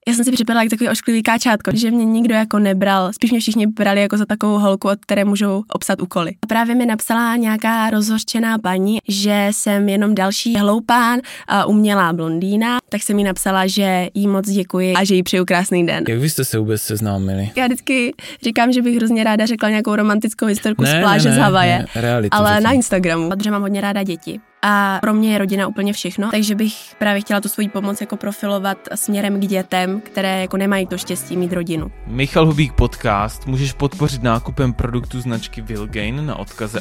Já jsem si připadala jako takový ošklivý káčátko, že mě nikdo jako nebral, spíš mě všichni brali jako za takovou holku, od které můžou obsat úkoly. A právě mi napsala nějaká rozhořčená paní, že jsem jenom další hloupán a umělá blondýna, tak jsem jí napsala, že jí moc děkuji a že jí přeju krásný den. Jak vy jste se vůbec seznámili? Já vždycky říkám, že bych hrozně ráda řekla nějakou romantickou historku z pláže z Havaje, ale řekni. Na Instagramu, protože mám hodně ráda děti. A pro mě je rodina úplně všechno, takže bych právě chtěla tu svoji pomoc jako profilovat směrem k dětem, které jako nemají to štěstí mít rodinu. Michal Hubík podcast můžeš podpořit nákupem produktů značky Vilgain na odkaze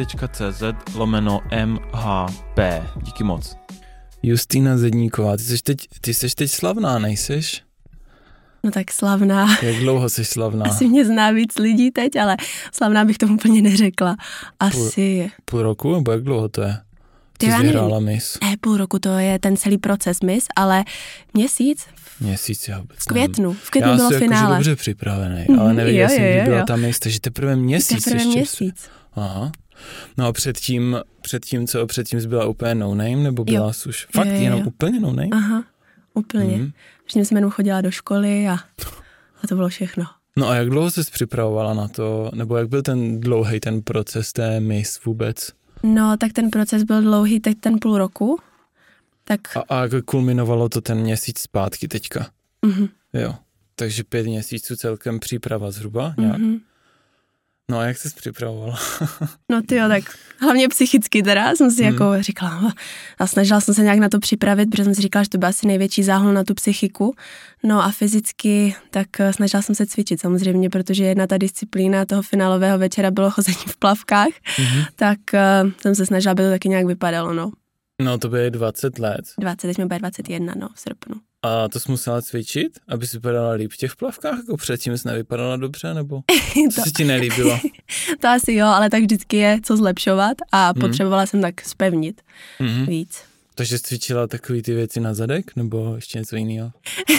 actin.cz/mhp. Díky moc. Justína Zedníková, ty jsi teď slavná, nejseš? No tak slavná. Jak dlouho jsi slavná? Asi mě zná víc lidí teď, ale slavná bych tomu úplně neřekla. Asi... Půl roku, nebo jak dlouho to je? Ty jsi vyhrála Miss? Půl roku, to je ten celý proces Miss, ale měsíc. Měsíc, já vůbec v květnu bylo finále. Já jsem dobře připravený, ale nevěděl jsem, kdy byla ta Miss, takže teprve měsíc. Měsíc. Aha. No a předtím jsi byla úplně no name, nebo byla jsi už fakt jenom úplně no name? Aha, úplně. Předtím jsem jenom chodila do školy a to bylo všechno. No a jak dlouho jsi připravovala na to, nebo jak byl ten dlouhý ten proces té Miss vůbec? No, tak ten proces byl dlouhý, teď ten půl roku. Tak... A jak kulminovalo to ten měsíc zpátky teďka? Mhm. Jo, takže 5 měsíců celkem příprava zhruba nějak? Mhm. No a jak jsi připravovala? No tyjo, tak hlavně psychicky teda jsem si jako říkala a snažila jsem se nějak na to připravit, protože jsem si říkala, že to byl asi největší záhul na tu psychiku. No a fyzicky, tak snažila jsem se cvičit samozřejmě, protože jedna ta disciplína toho finálového večera bylo chození v plavkách, tak jsem se snažila, aby to taky nějak vypadalo, no. No to bylo 20 let. 20, teď mi bude 21, no, v srpnu. A to jsi musela cvičit, aby si vypadala líp v těch plavkách? Jako předtím jsi nevypadala dobře, nebo co se ti nelíbilo? To asi jo, ale tak vždycky je co zlepšovat a potřebovala jsem tak zpevnit víc. Takže jsi cvičila takový ty věci na zadek, nebo ještě něco jiného?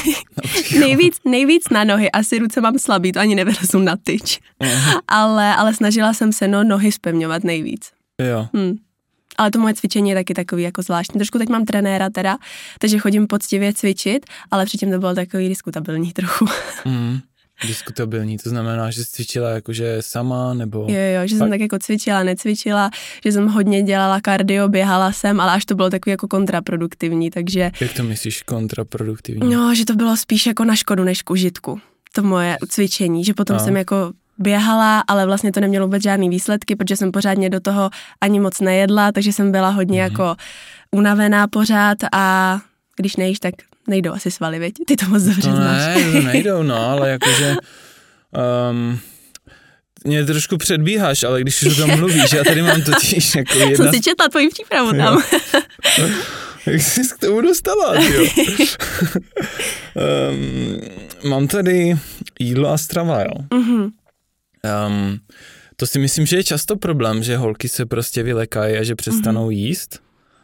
nejvíc na nohy, asi ruce mám slabý, to ani nevylezu na tyč. Ale snažila jsem se nohy zpevňovat nejvíc. Jo. Ale to moje cvičení je taky takový jako zvláštní. Trošku teď mám trenéra teda, takže chodím poctivě cvičit, ale předtím to bylo takový diskutabilní trochu. Diskutabilní, to znamená, že jsi cvičila jakože sama, nebo... Jo, že jsem tak jako cvičila, necvičila, že jsem hodně dělala kardio, běhala jsem, ale až to bylo takový jako kontraproduktivní, takže... Jak to myslíš kontraproduktivní? No, že to bylo spíš jako na škodu než k užitku, to moje cvičení, že potom jsem jako běhala, ale vlastně to nemělo vůbec žádný výsledky, protože jsem pořádně do toho ani moc nejedla, takže jsem byla hodně jako unavená pořád a když nejíš, tak nejdou asi svaly, veď? Ty to moc dobře znáš. Ne, nejdou, no, ale jakože mě trošku předbíháš, ale když už o tom mluvíš, já tady mám totiž jako jedna... Jsem si četla tvoji přípravu tam. Jak jsi k tomu dostala, jo? Mám tady jídlo a strava, jo? To si myslím, že je často problém, že holky se prostě vylekají a že přestanou jíst.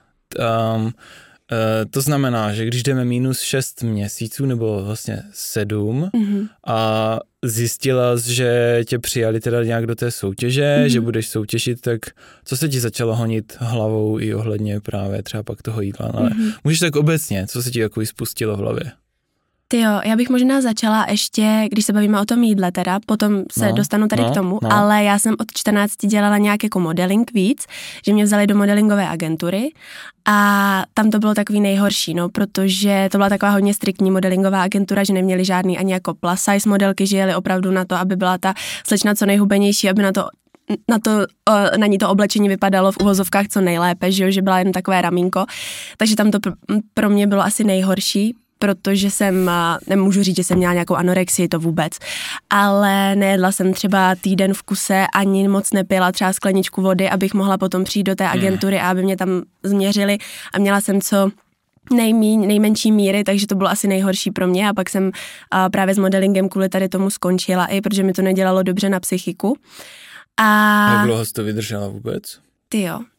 To znamená, že když jdeme -6 měsíců nebo vlastně 7 a zjistila, že tě přijali teda nějak do té soutěže, že budeš soutěžit, tak co se ti začalo honit hlavou i ohledně právě třeba pak toho jídla? Ale můžeš tak obecně, co se ti takový spustilo v hlavě? Tyjo, já bych možná začala ještě, když se bavíme o tom jídle teda, potom se dostanu tady k tomu, ale já jsem od 14 dělala nějak jako modeling víc, že mě vzali do modelingové agentury a tam to bylo takový nejhorší, no, protože to byla taková hodně striktní modelingová agentura, že neměli žádný ani jako plus size modelky, že jeli opravdu na to, aby byla ta slečna co nejhubenější, aby na ní to oblečení vypadalo v uvozovkách co nejlépe, že byla jen takové ramínko, takže tam to pro mě bylo asi nejhorší, protože jsem, nemůžu říct, že jsem měla nějakou anorexii, to vůbec, ale nejedla jsem třeba týden v kuse, ani moc nepila třeba skleničku vody, abych mohla potom přijít do té agentury a aby mě tam změřili a měla jsem co nejmenší míry, takže to bylo asi nejhorší pro mě a pak jsem právě s modelingem kvůli tady tomu skončila i protože mi to nedělalo dobře na psychiku. Jak dlouho jsi to vydržela vůbec? Tyjo,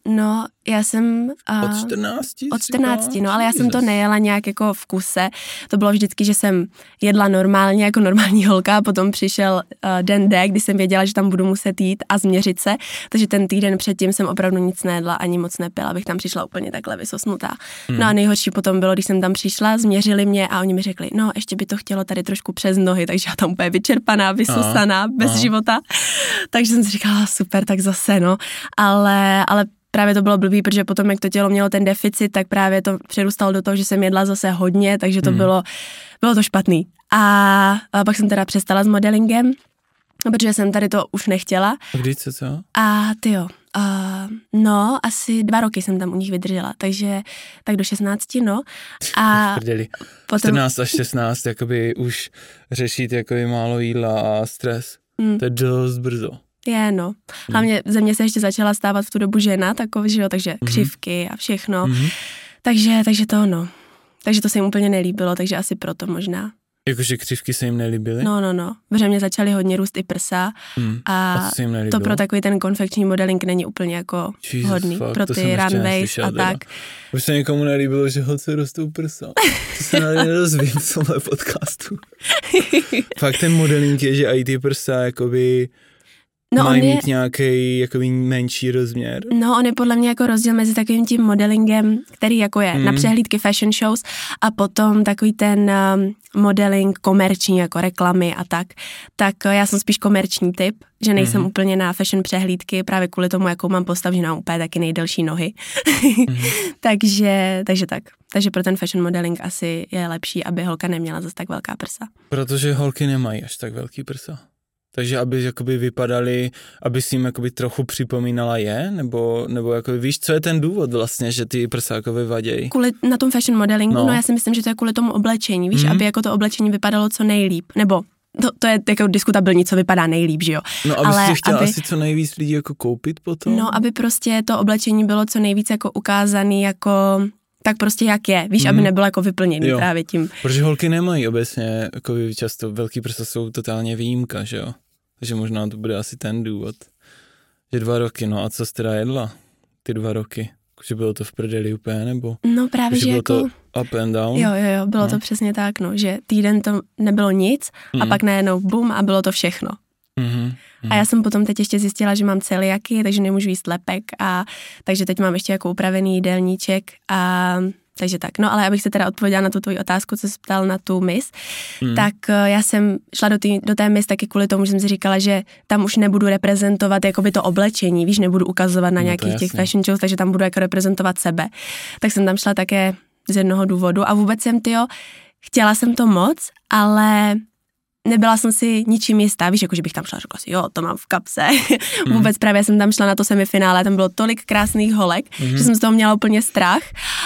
No, já jsem... Od 14? Od 14, no, ale já jsem to nejela nějak jako v kuse. To bylo vždycky, že jsem jedla normálně, jako normální holka, a potom přišel den D, kdy jsem věděla, že tam budu muset jít a změřit se, takže ten týden předtím jsem opravdu nic nejedla, ani moc nepila, abych tam přišla úplně takhle vysosnutá. No a nejhorší potom bylo, když jsem tam přišla, změřili mě a oni mi řekli, no, ještě by to chtělo tady trošku přes nohy, takže já tam úplně vyčerpaná, vysosaná, bez života. Takže jsem si říkala, super, tak zase, no, ale právě to bylo blbý, protože potom, jak to tělo mělo ten deficit, tak právě to přerůstalo do toho, že jsem jedla zase hodně, takže to bylo to špatný. A pak jsem teda přestala s modelingem, protože jsem tady to už nechtěla. A kdy co? A tyjo, no, asi 2 roky jsem tam u nich vydržela, takže tak do 16, no. A potom... 14 až 16, jakoby už řešit jakoby málo jídla a stres. To je dost brzo. Je, no. Hlavně ze mě se ještě začala stávat v tu dobu žena, takový, že jo, takže křivky a všechno. Takže to, no. Takže to se jim úplně nelíbilo, takže asi proto možná. Jakože křivky se jim nelíbily? No. Protože mě začaly hodně růst i prsa a to pro takový ten konfekční modeling není úplně jako hodný. Pro ty runways a tak. Už se někomu nelíbilo, že holce rostou prsa. To se nedozvím v tomhle podcastu. Fakt ten modeling je, že i ty prsa jakoby... Mají mít nějaký jakoby menší rozměr? No, on je podle mě jako rozdíl mezi takovým tím modelingem, který jako je na přehlídky fashion shows a potom takový ten modeling komerční, jako reklamy a tak. Tak já jsem spíš komerční typ, že nejsem úplně na fashion přehlídky, právě kvůli tomu, jakou mám postavu, že mám úplně taky nejdelší nohy. takže tak. Takže pro ten fashion modeling asi je lepší, aby holka neměla zase tak velká prsa. Protože holky nemají až tak velký prsa. Takže aby jakoby vypadaly, aby si jim jakoby trochu připomínala nebo jakoby, víš, co je ten důvod vlastně, že ty prsa jako vyvadějí? Kvůli na tom fashion modelingu, no já si myslím, že to je kvůli tomu oblečení, víš, aby jako to oblečení vypadalo co nejlíp, nebo to je jako diskutabilní, co vypadá nejlíp, že jo. No aby si chtěla asi co nejvíc lidí jako koupit potom? No, aby prostě to oblečení bylo co nejvíc jako ukázaný jako... tak prostě jak je, víš, aby nebylo jako vyplněný právě tím. Protože holky nemají obecně, jako často velký prsa jsou totálně výjimka, že jo. Takže možná to bude asi ten důvod. Že 2 roky, no a co jsi teda jedla ty 2 roky? Že bylo to v prdeli úplně, nebo? No právě, že jako... bylo to up and down? Jo, bylo to přesně tak, no, že týden to nebylo nic a pak najednou bum a bylo to všechno. A já jsem potom teď ještě zjistila, že mám celiaky, takže nemůžu jíst lepek a takže teď mám ještě jako upravený jídelníček a takže tak. No ale abych se teda odpověděla na tu tvoji otázku, co jsi ptal na tu Miss, tak já jsem šla do té Miss taky kvůli tomu, že jsem si říkala, že tam už nebudu reprezentovat jakoby to oblečení, víš, nebudu ukazovat na nějakých těch fashion shows, takže tam budu jako reprezentovat sebe. Tak jsem tam šla také z jednoho důvodu a vůbec chtěla jsem to moc, ale nebyla jsem si ničím jistá, víš, jako že bych tam šla a řekla si, jo, to mám v kapse. Vůbec právě jsem tam šla na to semifinále, tam bylo tolik krásných holek, že jsem z toho měla úplně strach,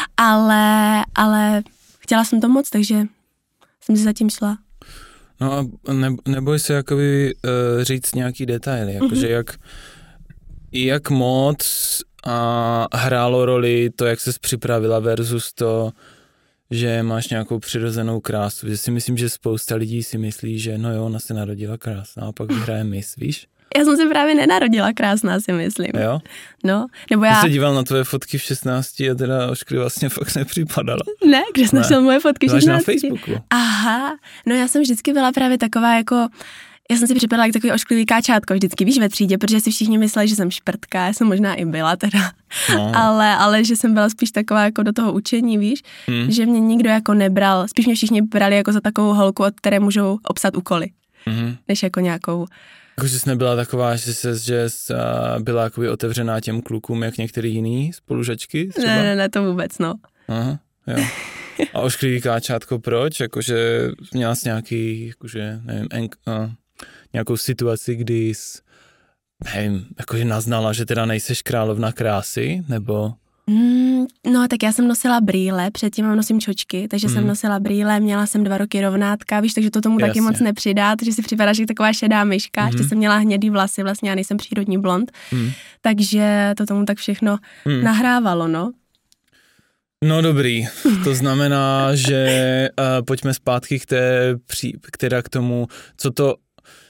ale chtěla jsem to moc, takže jsem si zatím šla. No a neboj se jakoby říct nějaký detaily, jakože jak moc hrálo roli to, jak ses připravila versus to, že máš nějakou přirozenou krásu. Že si myslím, že spousta lidí si myslí, že no jo, ona se narodila krásná a pak vyhraje Miss, víš? Já jsem se právě nenarodila krásná, si myslím. Jo? No, nebo já... Ty se díval na tvoje fotky v 16 a teda oškry vlastně fakt nepřipadala. Ne, kde jsi našel moje fotky v 16? Máš na Facebooku. Aha, no já jsem vždycky byla právě taková jako... Já jsem si připadala jak takový ošklivý káčátko vždycky, víš, ve třídě, protože si všichni mysleli, že jsem šprtka, já jsem možná i byla teda, ale že jsem byla spíš taková jako do toho učení, víš, že mě nikdo jako nebral, spíš mě všichni brali jako za takovou holku, od které můžou obsat úkoly, než jako nějakou... Jako, že jsi nebyla taková, že jsi byla jakoby otevřená těm klukům, jak některý jiný spolužačky třeba? Ne, to vůbec, no. Aha, jo. A ošklivý káčátko proč? Jakože měla jsi nějaký, jakože, nevím, nějakou situaci, kdy jsi, nevím, jakože naznala, že teda nejseš královna krásy, nebo... No, tak já jsem nosila brýle, předtím nosím čočky, takže jsem nosila brýle, měla jsem 2 roky rovnátka, víš, takže to tomu taky moc nepřidá, takže si připadáš jak taková šedá myška, ještě jsem měla hnědý vlasy, vlastně já nejsem přírodní blond, takže to tomu tak všechno nahrávalo, no. No dobrý, to znamená, že pojďme zpátky k tomu, co to...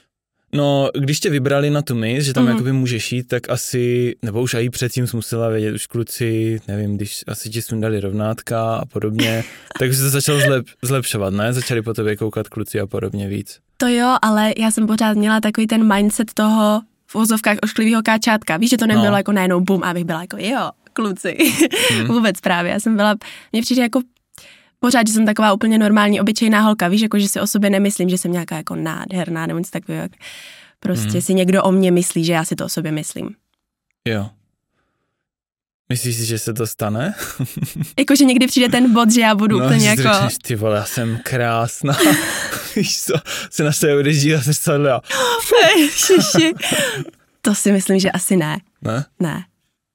No, když tě vybrali na tu miss, že tam jakoby můžeš jít, tak asi, nebo už i předtím jsi musela vědět, už kluci, nevím, když asi ti sundali rovnátka a podobně, tak už se to začalo zlepšovat, ne? Začali po tobě koukat kluci a podobně víc. To jo, ale já jsem pořád měla takový ten mindset toho v uvozovkách ošklivýho káčátka. Víš, že to nebylo jako najednou bum, abych byla jako jo, kluci. Vůbec právě. Já jsem byla, mně přijde jako pořád, že jsem taková úplně normální, obyčejná holka, víš, jako že si o sobě nemyslím, že jsem nějaká jako nádherná nebo nic takového, jak prostě si někdo o mě myslí, že já si to o sobě myslím. Jo. Myslíš si, že se to stane? Jakože někdy přijde ten bod, že já budu úplně jako... No, řekneš, ty vole, já jsem krásná. Víš co, se na sebe budeš dívat zrcadla. Šiši. To si myslím, že asi ne. Ne? Ne.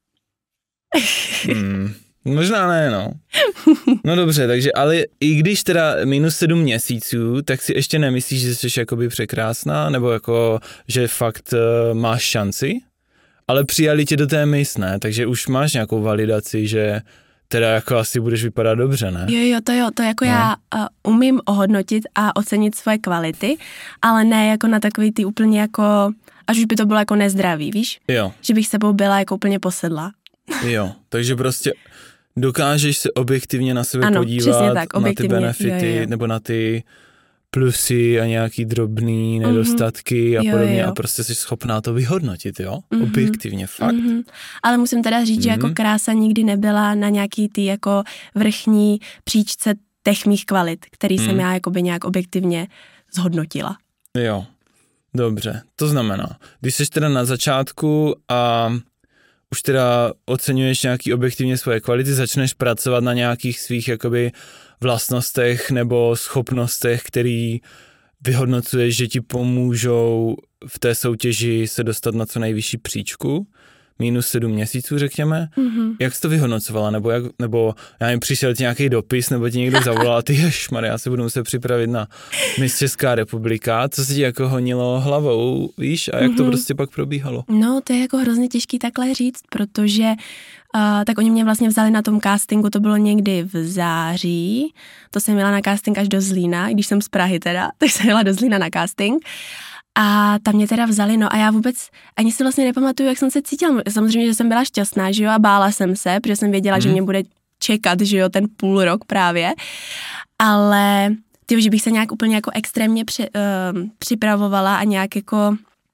Možná ne, no. No dobře, takže ale i když teda -7 měsíců, tak si ještě nemyslíš, že jsi jakoby překrásná, nebo jako, že fakt máš šanci, ale přijali tě do té miss, ne? Takže už máš nějakou validaci, že teda jako asi budeš vypadat dobře, ne? Jo, to jako no. Já umím ohodnotit a ocenit svoje kvality, ale ne jako na takový ty úplně jako, až už by to bylo jako nezdravý, víš? Jo. Že bych sebou byla jako úplně posedla. Jo, takže prostě dokážeš se objektivně na sebe podívat, tak, na ty benefity, jo. nebo na ty plusy a nějaký drobný nedostatky a podobně a prostě jsi schopná to vyhodnotit, jo? Objektivně, fakt. Ale musím teda říct, že jako krása nikdy nebyla na nějaký ty jako vrchní příčce těch mých kvalit, který jsem já jakoby nějak objektivně zhodnotila. Jo, dobře. To znamená, když jsi teda na začátku a už teda oceňuješ nějaký objektivně svoje kvality, začneš pracovat na nějakých svých jakoby vlastnostech nebo schopnostech, který vyhodnocuješ, že ti pomůžou v té soutěži se dostat na co nejvyšší příčku, -7 měsíců, řekněme. Jak jsi to vyhodnocovala? Nebo já nevím, přišel ti nějaký dopis, nebo ti někdo zavolal, ty ježmarja, já se budu muset připravit na Miss Česká republika. Co se ti jako honilo hlavou, víš? A jak to prostě pak probíhalo? No, to je jako hrozně těžký takhle říct, protože tak oni mě vlastně vzali na tom castingu, to bylo někdy v září, to jsem jela na casting až do Zlína, když jsem z Prahy teda, tak jsem jela do Zlína na casting. A tam mě teda vzali, no a já vůbec ani si vlastně nepamatuju, jak jsem se cítila. Samozřejmě, že jsem byla šťastná, že jo, a bála jsem se, protože jsem věděla, že mě bude čekat, že jo, ten půl rok právě. Ale tyjo, že bych se nějak úplně jako extrémně připravovala a nějak jako...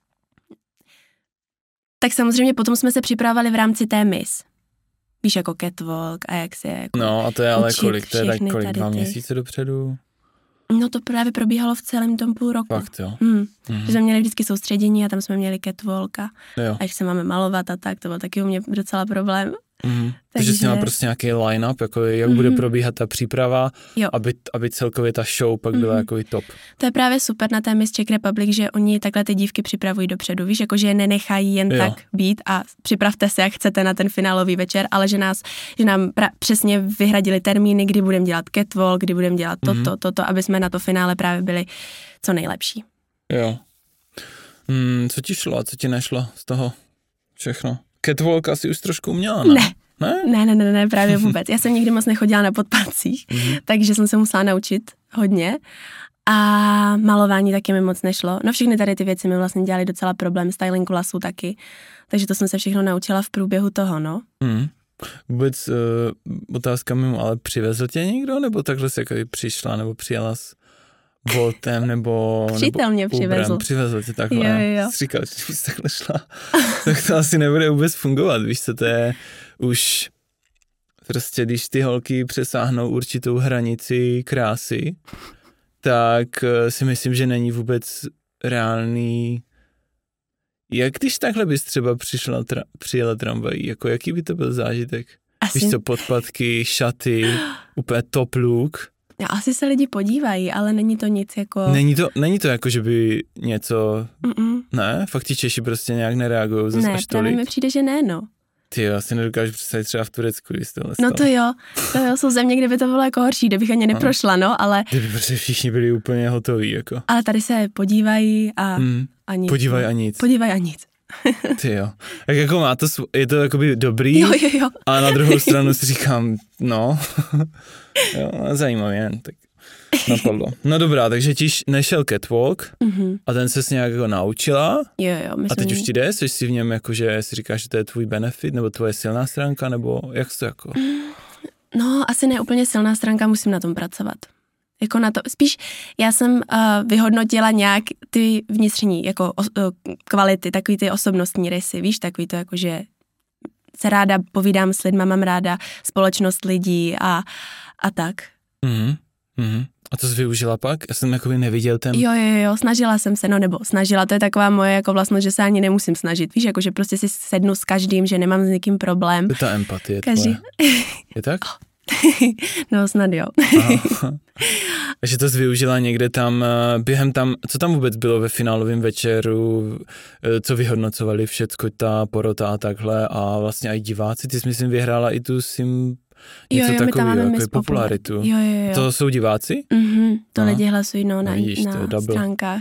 Tak samozřejmě potom jsme se připravovali v rámci té miss. Víš, jako catwalk a jak se jako no a to je ale kolik, to je tak kolik, 2 ty. měsíce dopředu? No to právě probíhalo v celém tom půl roku. Fakt jo. Že jsme měli vždycky soustředění a tam jsme měli catwalk a až se máme malovat a tak, to byl taky u mě docela problém. Takže jsi měla prostě nějaký line-up, jako jak bude probíhat ta příprava, aby celkově ta show pak byla jako i top. To je právě super na té Miss Czech Republic, že oni takhle ty dívky připravují dopředu, víš, jako že je nenechají jen tak být a připravte se, jak chcete na ten finálový večer, ale že nám přesně vyhradili termíny, kdy budeme dělat catwalk, kdy budeme dělat toto, aby jsme na to finále právě byli co nejlepší. Jo. Co ti šlo a co ti nešlo z toho všechno? Catwalk asi už trošku uměla, ne? Ne, právě vůbec. Já jsem nikdy moc nechodila na podpatcích, takže jsem se musela naučit hodně a malování taky mi moc nešlo. No všechny tady ty věci mi vlastně dělali docela problém, styling vlasů taky, takže to jsem se všechno naučila v průběhu toho, no. Vůbec otázka mimo, ale přivezl tě někdo, nebo takhle jsi jako přišla, nebo přijela s Voltem, nebo přítel mě přivezl. Přivezl tě takhle. Jo. Jsi říkal, že bys takhle šla. Tak to asi nebude vůbec fungovat, víš co, to je už prostě, když ty holky přesáhnou určitou hranici krásy, tak si myslím, že není vůbec reálný. Jak když takhle bys třeba přijela tramvají, jako jaký by to byl zážitek? Víš co, podpatky, šaty, úplně top look. Asi se lidi podívají, ale není to nic jako... Není to jako, že by něco... Ne? Fakt ti Češi prostě nějak nereagujou zase až tolik? Ne, právě mi přijde, že ne, no. Ty asi nedokážu představit třeba v Turecku, když tohle stalo. No to jo, jsou země, kde by to bylo jako horší, kde bych ani neprošla, no, ale... Kdyby prostě všichni byli úplně hotoví, jako. Ale tady se podívají a nic. Podívají a nic. Podívají a nic. Ty jo. Tak jako má to, je to jakoby dobrý, jo. A na druhou stranu si říkám, no, jo, zajímavě, tak napadlo. No dobrá, takže ti nešel catwalk a ten ses nějak jako naučila. Jo, a teď už ti jde? Jsi si v něm jako, že si říkáš, že to je tvůj benefit, nebo tvoje silná stránka, nebo jak to jako? No, asi ne úplně silná stránka, musím na tom pracovat. Jako na to, spíš já jsem vyhodnotila nějak ty vnitřní jako kvality, takový ty osobnostní rysy, víš, takový to jako, že se ráda povídám s lidma, mám ráda společnost lidí a tak. A to jsi využila pak? Já jsem jakoby neviděl ten... Jo, snažila jsem se, to je taková moje jako vlastnost, že se ani nemusím snažit, víš, jako že prostě si sednu s každým, že nemám s nikým problém. To je ta empatie tvoje. Je tak? No snad jo. Takže to jsi využila někde tam, během tam, co tam vůbec bylo ve finálovém večeru, co vyhodnocovali všecko, ta porota a takhle a vlastně i diváci, ty jsi myslím vyhrála i tu něco takového, jako popularitu. Jo. To jsou diváci? To lidi hlasují na stránkách.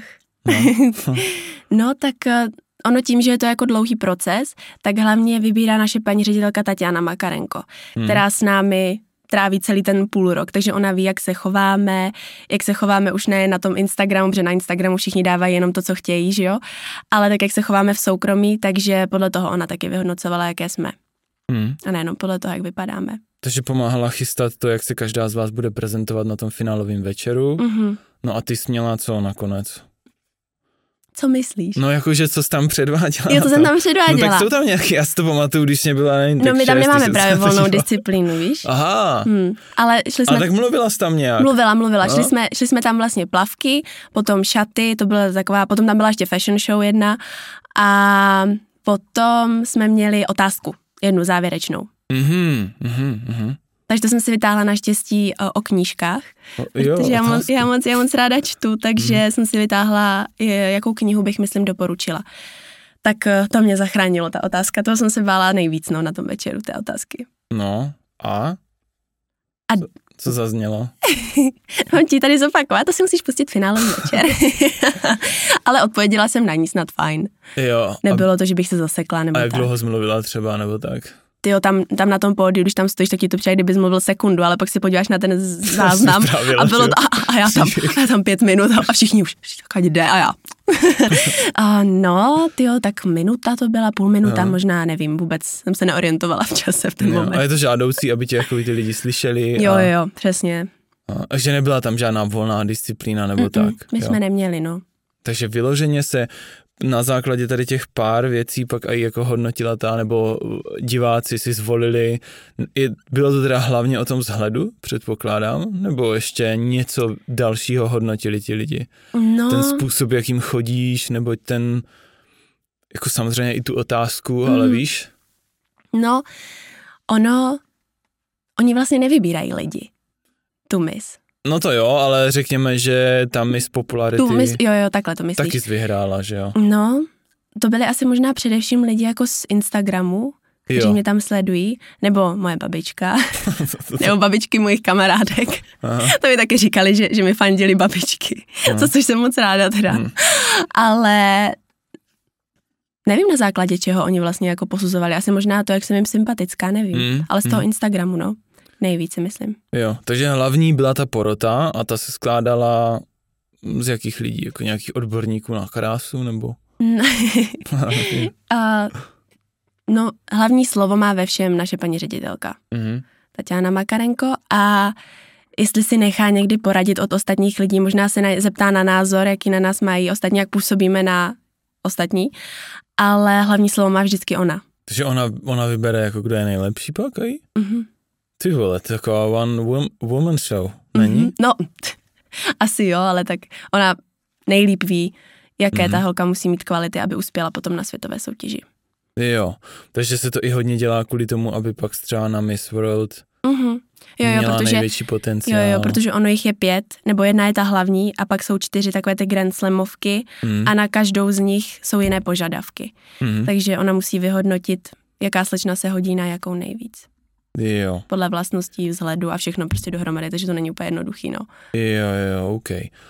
No tak ono tím, že je to jako dlouhý proces, tak hlavně vybírá naše paní ředitelka Tatiana Makarenko, která s námi tráví celý ten půl rok, takže ona ví, jak se chováme už ne na tom Instagramu, protože na Instagramu všichni dávají jenom to, co chtějí, že jo, ale tak, jak se chováme v soukromí, takže podle toho ona taky vyhodnocovala, jaké jsme. A nejenom podle toho, jak vypadáme. Takže pomáhala chystat to, jak se každá z vás bude prezentovat na tom finálovém večeru. No a ty jsi měla co nakonec? Co myslíš? No jakože, co jsi tam předváděla? Jo, to jsem tam předváděla. No tak jsou tam nějaký, já si to pamatuju, když mě byla... No my tam nemáme právě volnou disciplínu, víš? Aha. Ale šli jsme... A tak mluvila jsi tam nějak? Mluvila. No. Šli jsme tam vlastně plavky, potom šaty, to byla taková, potom tam byla ještě fashion show jedna a potom jsme měli otázku, jednu závěrečnou. Takže to jsem si vytáhla naštěstí o knížkách, protože já moc ráda čtu, takže jsem si vytáhla, jakou knihu bych, myslím, doporučila. Tak to mě zachránilo, ta otázka. To jsem se bála nejvíc na tom večeru, té otázky. No a co zaznělo? Mám ti tady zopakovat, to si musíš pustit finálový večer. Ale odpověděla jsem na ní snad fajn. Jo. Nebylo to, že bych se zasekla nebo tak. A jak dlouho jsi mluvila třeba, nebo tak? Tyjo, tam na tom pódiu, když tam stojíš, tak ti to přijde, kdybys mluvil sekundu, ale pak si podíváš na ten záznam a bylo to, a já tam 5 minut a všichni už, tak jde a já. No, tyjo, tak minuta to byla, půl minuta, možná, nevím, vůbec jsem se neorientovala v čase v ten moment. A je to žádoucí, aby tě jako ty lidi slyšeli? Jo, přesně. Takže nebyla tam žádná volná disciplína nebo tak? My jsme neměli, no. Takže vyloženě se na základě tady těch pár věcí pak i jako hodnotila nebo diváci si zvolili. Bylo to teda hlavně o tom vzhledu, předpokládám? Nebo ještě něco dalšího hodnotili ti lidi? No. Ten způsob, jakým chodíš, nebo ten, jako samozřejmě i tu otázku, ale víš? No, oni vlastně nevybírají lidi. Tu miss. No to jo, ale řekněme, že ta Miss Popularity... Jo, takhle to myslíš. Taky jsi vyhrála, že jo? No, to byly asi možná především lidi jako z Instagramu, kteří mě tam sledují, nebo moje babička, nebo babičky mojich kamarádek. Aha. To mi taky říkali, že mi fandili babičky, což jsem moc ráda teda. Ale nevím na základě čeho oni vlastně jako posuzovali, asi možná to, jak jsem jim sympatická, nevím, ale z toho Instagramu, no. Nejvíce, myslím. Jo, takže hlavní byla ta porota a ta se skládala z jakých lidí? Jako nějakých odborníků na krásu, nebo? No, hlavní slovo má ve všem naše paní ředitelka. Tatiana Makarenko a jestli si nechá někdy poradit od ostatních lidí, možná se zeptá na názor, jaký na nás mají ostatní, jak působíme na ostatní, ale hlavní slovo má vždycky ona. Takže ona vybere, jako kdo je nejlepší pak, aj? Ty vole, to je taková one woman show, není? No, asi jo, ale tak ona nejlíp ví, jaké ta holka musí mít kvality, aby uspěla potom na světové soutěži. Jo, takže se to i hodně dělá kvůli tomu, aby pak třeba na Miss World měla největší potenciál. Jo, protože ono jich je 5, nebo jedna je ta hlavní a pak jsou 4 takové ty Grand Slamovky a na každou z nich jsou jiné požadavky. Takže ona musí vyhodnotit, jaká slečna se hodí na jakou nejvíc. Jo. Podle vlastností, vzhledu a všechno prostě dohromady, takže to není úplně jednoduchý, no. Jo, OK.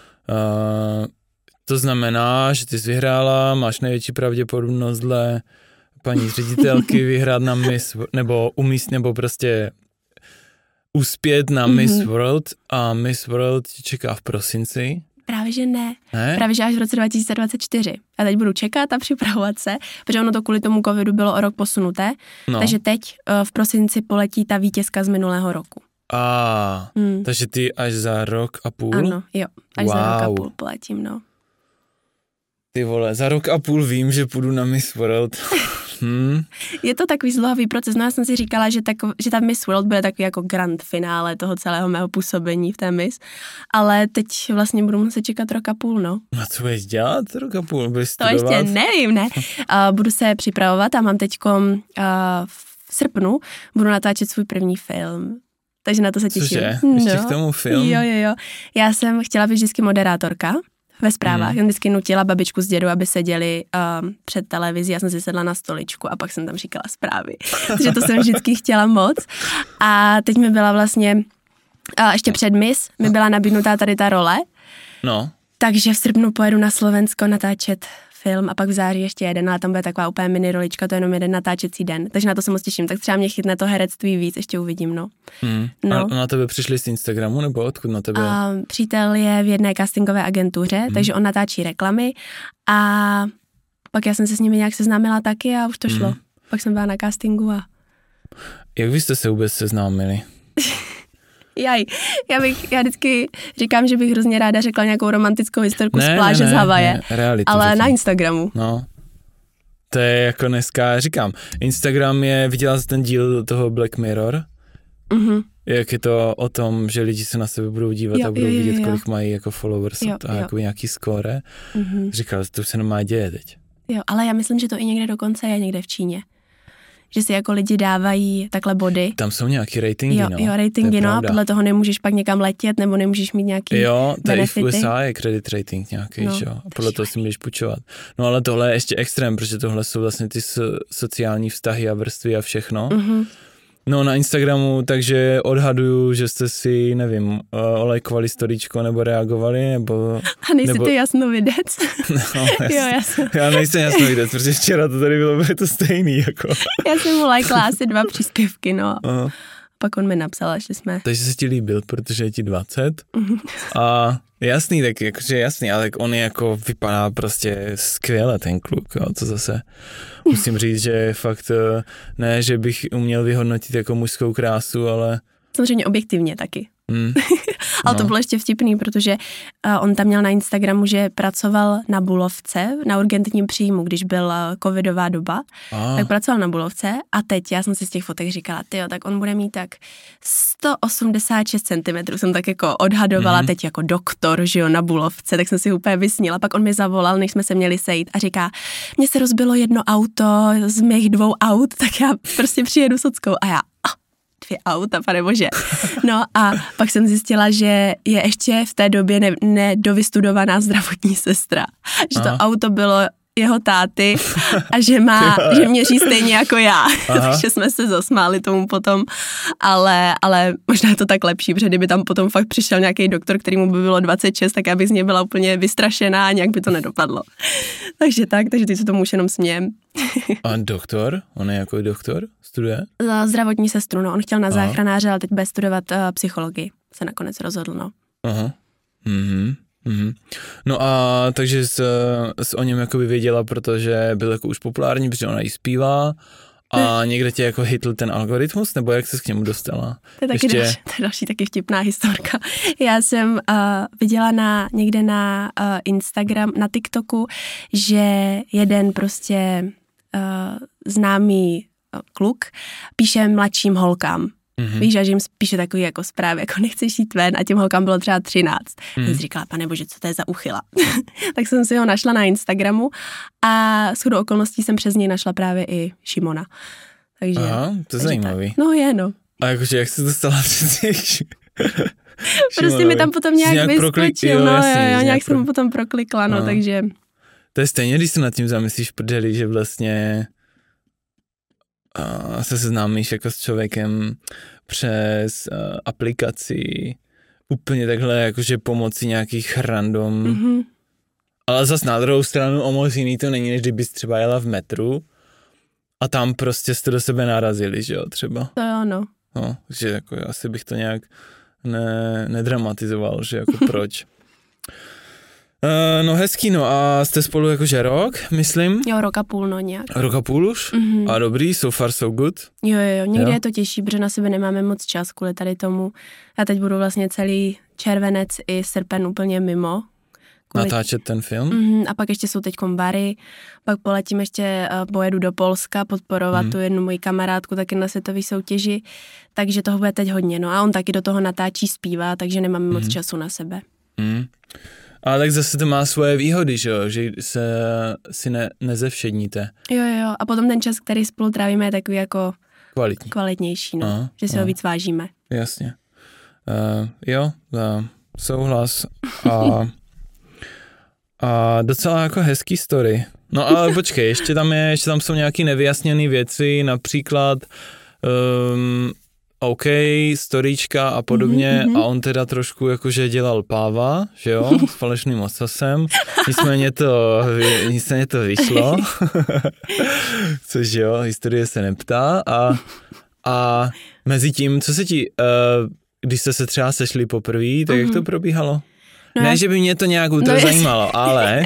To znamená, že ty jsi vyhrála, máš největší pravděpodobnost dle paní ředitelky vyhrát na Miss, nebo umíst, nebo prostě uspět na Miss World a Miss World tě čeká v prosinci. Právě, že ne. Právě, že až v roce 2024. A teď budu čekat a připravovat se, protože ono to kvůli tomu covidu bylo o rok posunuté, takže teď v prosinci poletí ta vítězka z minulého roku. Takže ty až za rok a půl? Ano, jo, až za rok a půl poletím, no. Ty vole, za rok a půl vím, že půjdu na Miss World. Je to takový zdlouhavý proces, no já jsem si říkala, že ta Miss World bude takový jako grand finále toho celého mého působení v té Miss, ale teď vlastně budu muset čekat rok a půl, no. A co budeš dělat rok a půl? Budeš studovat? To ještě nevím, ne. Budu se připravovat a mám teďkom v srpnu budu natáčet svůj první film. Takže na to se těším. Cože? Ještě k tomu film? Jo. Já jsem chtěla být vždycky moderátorka ve zprávách. Jsem vždycky nutila babičku s dědou, aby seděli před televizí. Já jsem si sedla na stoličku a pak jsem tam říkala zprávy. Takže to jsem vždycky chtěla moc. A teď mi byla vlastně, ještě před Miss, mi byla nabídnutá tady ta role. No. Takže v srpnu pojedu na Slovensko natáčet film a pak v září ještě jeden, ale tam bude taková úplně mini rolička, to je jenom jeden natáčecí den. Takže na to se moc těším. Tak třeba mě chytne to herectví víc, ještě uvidím, no. A na tebe přišli z Instagramu, nebo odkud na tebe? Přítel je v jedné castingové agentuře, takže on natáčí reklamy a pak já jsem se s nimi nějak seznámila taky a už to šlo. Pak jsem byla na castingu a... Jak vy jste se vůbec seznámili? Já vždycky říkám, že bych hrozně ráda řekla nějakou romantickou historku z pláže z Havaje, ale řekni. Na Instagramu. No, to je jako dneska, říkám, Instagram je, viděla jsi ten díl toho Black Mirror? Jak je to o tom, že lidi se na sebe budou dívat a budou vidět, kolik mají jako followers a jako nějaký score. Říkala, to už se nemá děje teď. Jo, ale já myslím, že to i někde dokonce je někde v Číně. Že si jako lidi dávají takhle body. Tam jsou nějaký ratingy, Jo, ratingy, no, a podle toho nemůžeš pak někam letět, nebo nemůžeš mít nějaký benefity. Jo, v USA je credit rating nějaký, jo. A podle toho si můžeš půjčovat. No ale tohle je ještě extrém, protože tohle jsou vlastně ty sociální vztahy a vrstvy a všechno. No na Instagramu, takže odhaduju, že jste si, nevím, olajkovali storíčko nebo reagovali, nebo... A nejsi ty jasnovidec? No, já nejsem jasnovidec, protože včera to tady bylo to stejný, jako. Já jsem mu lajkla asi 2 příspěvky, no. Pak on mi napsal, že jsme... Takže se ti líbil, protože je ti 20 a jasný, tak jakože jasný, ale tak on je jako vypadá prostě skvěle ten kluk, jo, to zase musím říct, že fakt ne, že bych uměl vyhodnotit jako mužskou krásu, ale... Samozřejmě objektivně taky. Ale to bylo ještě vtipný, protože on tam měl na Instagramu, že pracoval na Bulovce, na urgentním příjmu, když byla covidová doba, tak pracoval na Bulovce a teď já jsem si z těch fotek říkala, tyjo, tak on bude mít tak 186 cm, jsem tak jako odhadovala teď jako doktor, že jo, na Bulovce, tak jsem si úplně vysnila, pak on mi zavolal, než jsme se měli sejít a říká, mně se rozbilo jedno auto z mých 2 aut, tak já prostě přijedu sockou a já 2 auta, panebože. No a pak jsem zjistila, že je ještě v té době nedovystudovaná zdravotní sestra. Že to auto bylo jeho táty a že měří stejně jako já. Takže jsme se zasmáli tomu potom, ale možná je to tak lepší, protože kdyby tam potom fakt přišel nějaký doktor, kterýmu by bylo 26, tak já bych z něj byla úplně vystrašená a nějak by to nedopadlo. Takže teď se tomu už jenom smějem. A doktor? On je jako doktor? Studuje? Zdravotní sestru, no. On chtěl na záchranáře, ale teď bude studovat psychologii. Se nakonec rozhodl, no. No a takže jsi o něm jako věděla, protože byl jako už populární, protože ona jí zpívá a někde tě jako hitl ten algoritmus, nebo jak jsi k němu dostala? To je další taky vtipná historka. Já jsem viděla někde na Instagram, na TikToku, že jeden prostě známý kluk píše mladším holkám. Víš, že jim píše takový jako zprávy, jako nechceš jít ven a těm holkám bylo třeba 13. Já jsem říkala, panebože, co to je za uchyla? Tak jsem si ho našla na Instagramu a shodou okolností jsem přes něj našla právě i Šimona. Takže, to je zajímavý. Tak. No je, no. A jakože jak jsi dostala přes něj? Prostě mi tam potom nějak vyskočil, nějak jsem potom proklikla, no, takže... To je stejně, když se nad tím zamyslíš v prdeli, že vlastně se seznámíš jako s člověkem přes aplikaci, úplně takhle jakože pomocí nějakých random, ale zas na druhou stranu o moc jiný to není, než kdybys třeba jela v metru a tam prostě jste do sebe narazili, že jo, třeba. To jo, no. No, že jako asi bych to nějak nedramatizoval, že jako proč. No hezký, no a jste spolu jakože rok, myslím? Jo, rok a půl, no nějak. Rok a půl už? Mm-hmm. A dobrý, so far so good? Jo, někdy je to těžší, protože na sebe nemáme moc čas kvůli tady tomu. Já teď budu vlastně celý červenec i srpen úplně mimo. Natáčet ten film? A pak ještě jsou teď bary, pak poletím ještě, pojedu do Polska podporovat tu jednu moji kamarádku taky na světové soutěži, takže toho bude teď hodně, no a on taky do toho natáčí, zpívá, takže nemáme moc času na sebe. A tak zase to má svoje výhody, že jo, že si nezevšedníte. Jo, a potom ten čas, který spolu trávíme, je takový jako kvalitnější, no, že si ho víc vážíme. Jasně. Souhlas a docela jako hezký story. No ale počkej, ještě tam jsou nějaký nevyjasněné věci, například OK, storíčka a podobně a on teda trošku jakože dělal páva, že jo, s falešným ocasem, nicméně to vyšlo, což jo, historie se neptá a mezi tím, co se ti, když jste se třeba sešli poprvé, tak jak to probíhalo? No ne, že by mě to nějak zajímalo, ale...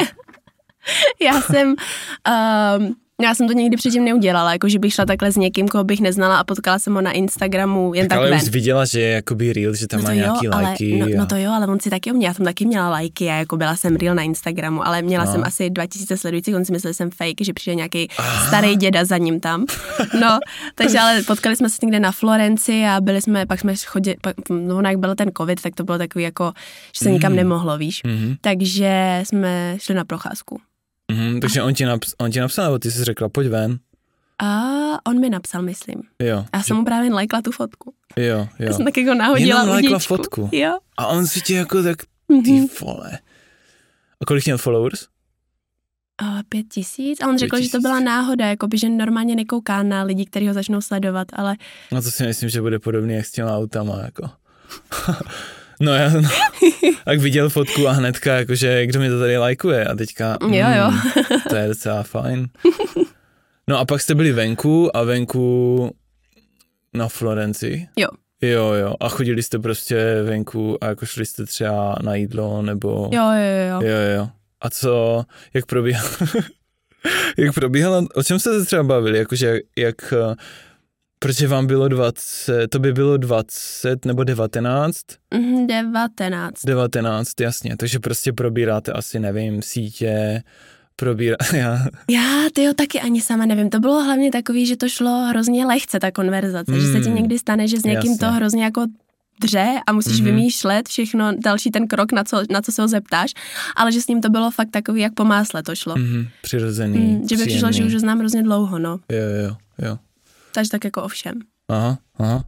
Já jsem to nikdy předtím neudělala, jako že bych šla takhle s někým, koho bych neznala a potkala jsem ho na Instagramu jen tak ven. Ale už viděla, že je jakoby real, že tam má nějaký lajky. No to jo, ale on si taky já jsem taky měla lajky a jako byla jsem real na Instagramu, ale měla jsem asi 2000 sledujících, on si myslel, že jsem fake, že přijde nějaký starý děda za ním tam. No, takže ale potkali jsme se někde na Florenci a pak jsme chodili, jak byl ten covid, tak to bylo takový jako, že se nikam nemohlo, víš. Takže jsme šli na procházku. Takže on ti napsal, nebo ty jsi řekla, pojď ven? A on mi napsal, myslím. Jo. Já jsem mu právě lajkla tu fotku. Jo. Já jsem tak jako nahodila jenom lajkla udíčku. fotku? Jo. A on si ti jako tak, ty vole. A kolik měl followers? 5000. A on řekl, že to byla náhoda, jakoby, že normálně nekouká na lidi, kteří ho začnou sledovat, ale... No to si myslím, že bude podobný jak s těma autama, jako. No já tak viděl fotku a hnedka, jakože kdo mi to tady lajkuje a teďka, jo. To je docela fajn. No a pak jste byli venku na Florenci. Jo. Jo. A chodili jste prostě venku a jako šli jste třeba na jídlo, nebo... Jo. A co, jak probíhalo, o čem jste se třeba bavili, jakože jak protože vám bylo 20, to by bylo 20 nebo 19? 19, jasně, takže prostě probíráte asi, nevím, sítě, Já taky ani sama nevím, to bylo hlavně takový, že to šlo hrozně lehce, ta konverzace, že se ti někdy stane, že s někým to hrozně jako dře a musíš vymýšlet všechno, další ten krok, na co se ho zeptáš, ale že s ním to bylo fakt takový, jak po másle to šlo. Přirozený, že by přišlo, že už ho znám hrozně dlouho, no. Jo. Takže tak jako ovšem. Aha.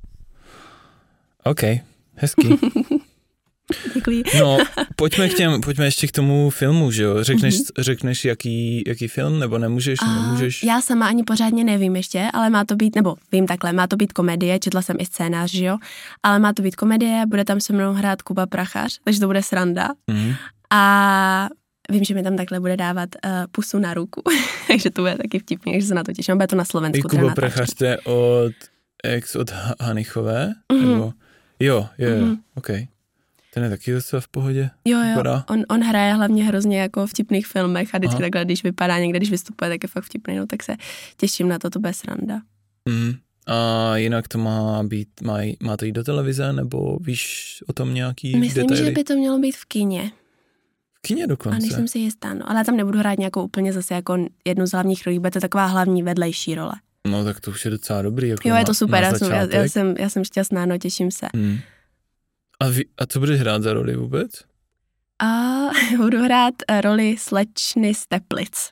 OK, hezký. Děkuji. No, pojďme ještě k tomu filmu, že jo? Řekneš jaký film, nebo nemůžeš? Já sama ani pořádně nevím ještě, ale má to být, nebo vím takhle, má to být komedie, četla jsem i scénář, že jo? Ale má to být komedie, bude tam se mnou hrát Kuba Prachař, takže to bude sranda. A vím, že mi tam takhle bude dávat pusu na ruku, takže to bude taky vtipný, takže se na to těším. Bude to na Slovensku. Kuba Prachař, to je od Hanichové? Nebo? Jo, OK. Ten je taky docela v pohodě. Jo, on hraje hlavně hrozně jako v vtipných filmech a vždycky takhle, když vypadá někde, když vystupuje, tak je fakt vtipný, no tak se těším na to bude sranda. A jinak to má být, má to jít do televize, nebo víš o tom nějaký Myslím, detaily? že by to mělo být v kině. V kině dokonce? A nejsem si jistá, no. Ale já tam nebudu hrát nějakou úplně zase jako jednu z hlavních rolí, bude to taková hlavní vedlejší role. No tak to už je docela dobrý. Jako jo, je to super, já jsem šťastná, no, těším se. A co budeš hrát za roli vůbec? A budu hrát roli slečny z Teplic.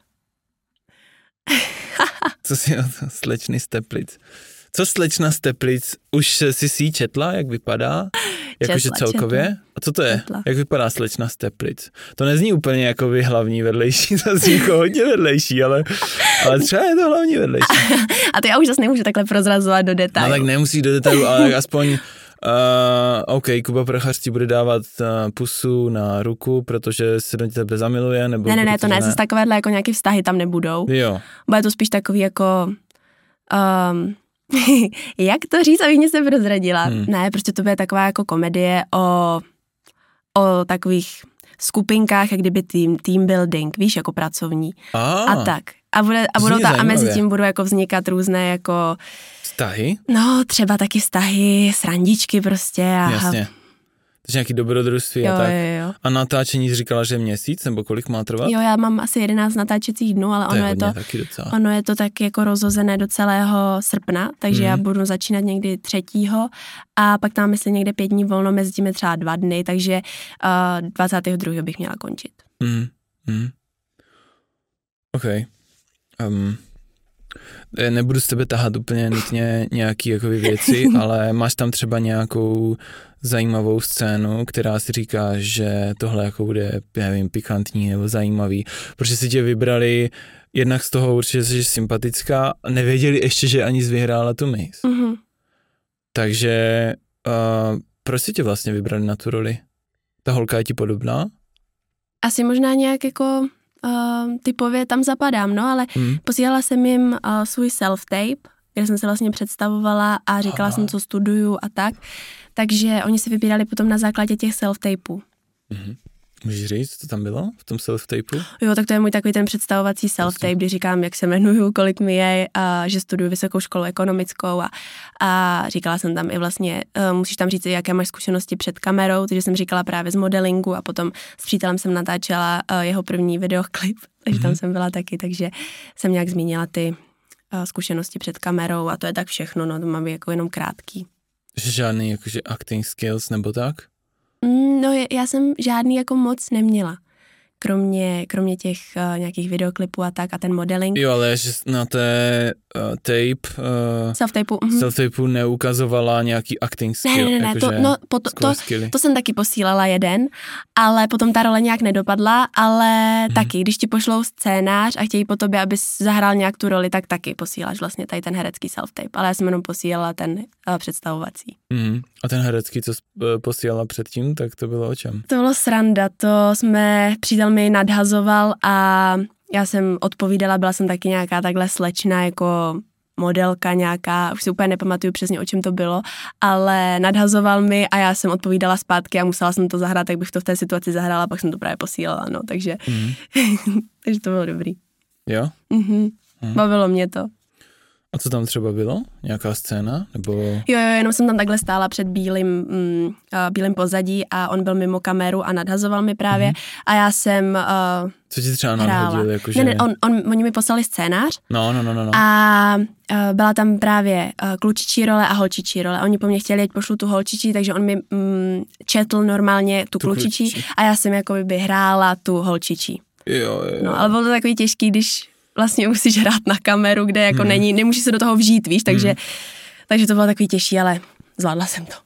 Co si slečny z Teplic? Co slečna z Teplic? Už jsi ji četla, jak vypadá? Jakože celkově? Četla. A co to je? Četla. Jak vypadá slečna z Teplic? To nezní úplně jako by hlavní vedlejší, to zní jako hodně vedlejší, ale třeba je to hlavní vedlejší. A to já už zase nemůžu takhle prozrazovat do detailu. No tak nemusíš do detailu, ale aspoň OK, Kuba Prachař ti bude dávat pusu na ruku, protože se do tebe zamiluje, nebo... Ne, to ne, zase takovéhle jako nějaké vztahy tam nebudou. Jo. Bude to spíš takový jako... Jak to říct, abych mě se prozradila? Ne, prostě to bude taková jako komedie o takových skupinkách, jak kdyby team building, víš, jako pracovní. A tak. A mezi tím budou jako vznikat různé jako... Vztahy? No, třeba taky vztahy, srandičky prostě. Jasně. Takže nějaký dobrodružství a tak. Jo. A natáčení říkala, že měsíc, nebo kolik má trvat? Jo, já mám asi 11 natáčecích dnů, ale ono je to tak jako rozhozené do celého srpna, takže já budu začínat někdy 3. a pak tam myslím někde 5 dní volno, mezi tím je třeba 2 dny, takže 22. bych měla končit. OK. Nebudu s tebe tahat úplně nutně nějaký jakoby věci, ale máš tam třeba nějakou zajímavou scénu, která si říká, že tohle jako bude, nevím, pikantní nebo zajímavý, protože si tě vybrali jednak z toho určitě, že jsi sympatická, nevěděli ještě, že ani jsi vyhrála tu Miss. Takže proč si tě vlastně vybrali na tu roli? Ta holka je ti podobná? Asi možná nějak jako... typově tam zapadám, no, ale posílala jsem jim svůj self-tape, kde jsem se vlastně představovala a říkala jsem, co studuju a tak, takže oni si vybírali potom na základě těch self-tapeů. Můžeš říct, co tam bylo v tom self-tapeu? Jo, tak to je můj takový ten představovací self-tape, kdy říkám, jak se jmenuju, kolik mi je, a že studuju vysokou školu ekonomickou a říkala jsem tam i vlastně, musíš tam říct, jaké máš zkušenosti před kamerou, takže jsem říkala právě z modelingu a potom s přítelem jsem natáčela jeho první videoklip, takže tam jsem byla taky, takže jsem nějak zmínila ty zkušenosti před kamerou a to je tak všechno, no to mám jako jenom krátký. Že žádný jakože acting skills nebo tak? No já jsem žádný jako moc neměla, kromě těch nějakých videoklipů a tak a ten modeling. Jo, ale že na té self-tapeu neukazovala nějaký acting skill. Ne, to jsem taky posílala jeden, ale potom ta role nějak nedopadla, ale taky, když ti pošlou scénář a chtějí po tobě, abys zahrál nějak tu roli, tak taky posíláš vlastně tady ten herecký self-tape, ale já jsem jenom posílala ten představovací. A ten herecký, co posílala předtím, tak to bylo o čem? To bylo sranda, přítel mi nadhazoval a já jsem odpovídala, byla jsem taky nějaká takhle slečna jako modelka nějaká, už si úplně nepamatuju přesně, o čem to bylo, ale nadhazoval mi a já jsem odpovídala zpátky a musela jsem to zahrát, tak bych to v té situaci zahrála, pak jsem to právě posílala, no, takže takže to bylo dobrý. Jo? Bavilo mě to. A co tam třeba bylo? Nějaká scéna? Nebo... Jo, jenom jsem tam takhle stála před bílým pozadí a on byl mimo kameru a nadhazoval mi právě a já jsem co ti třeba nadhodil? Jakože... Ne, oni mi poslali scénář. No. A byla tam právě klučičí role a holčičí role. Oni po mně chtěli, ať pošlu tu holčičí, takže on mi četl normálně tu klučičí a já jsem jakoby hrála tu holčičí. Jo. No, ale bylo to takový těžký, když vlastně musíš hrát na kameru, kde jako nemůžeš se do toho vžít, víš, takže to bylo takový těžší, ale zvládla jsem to.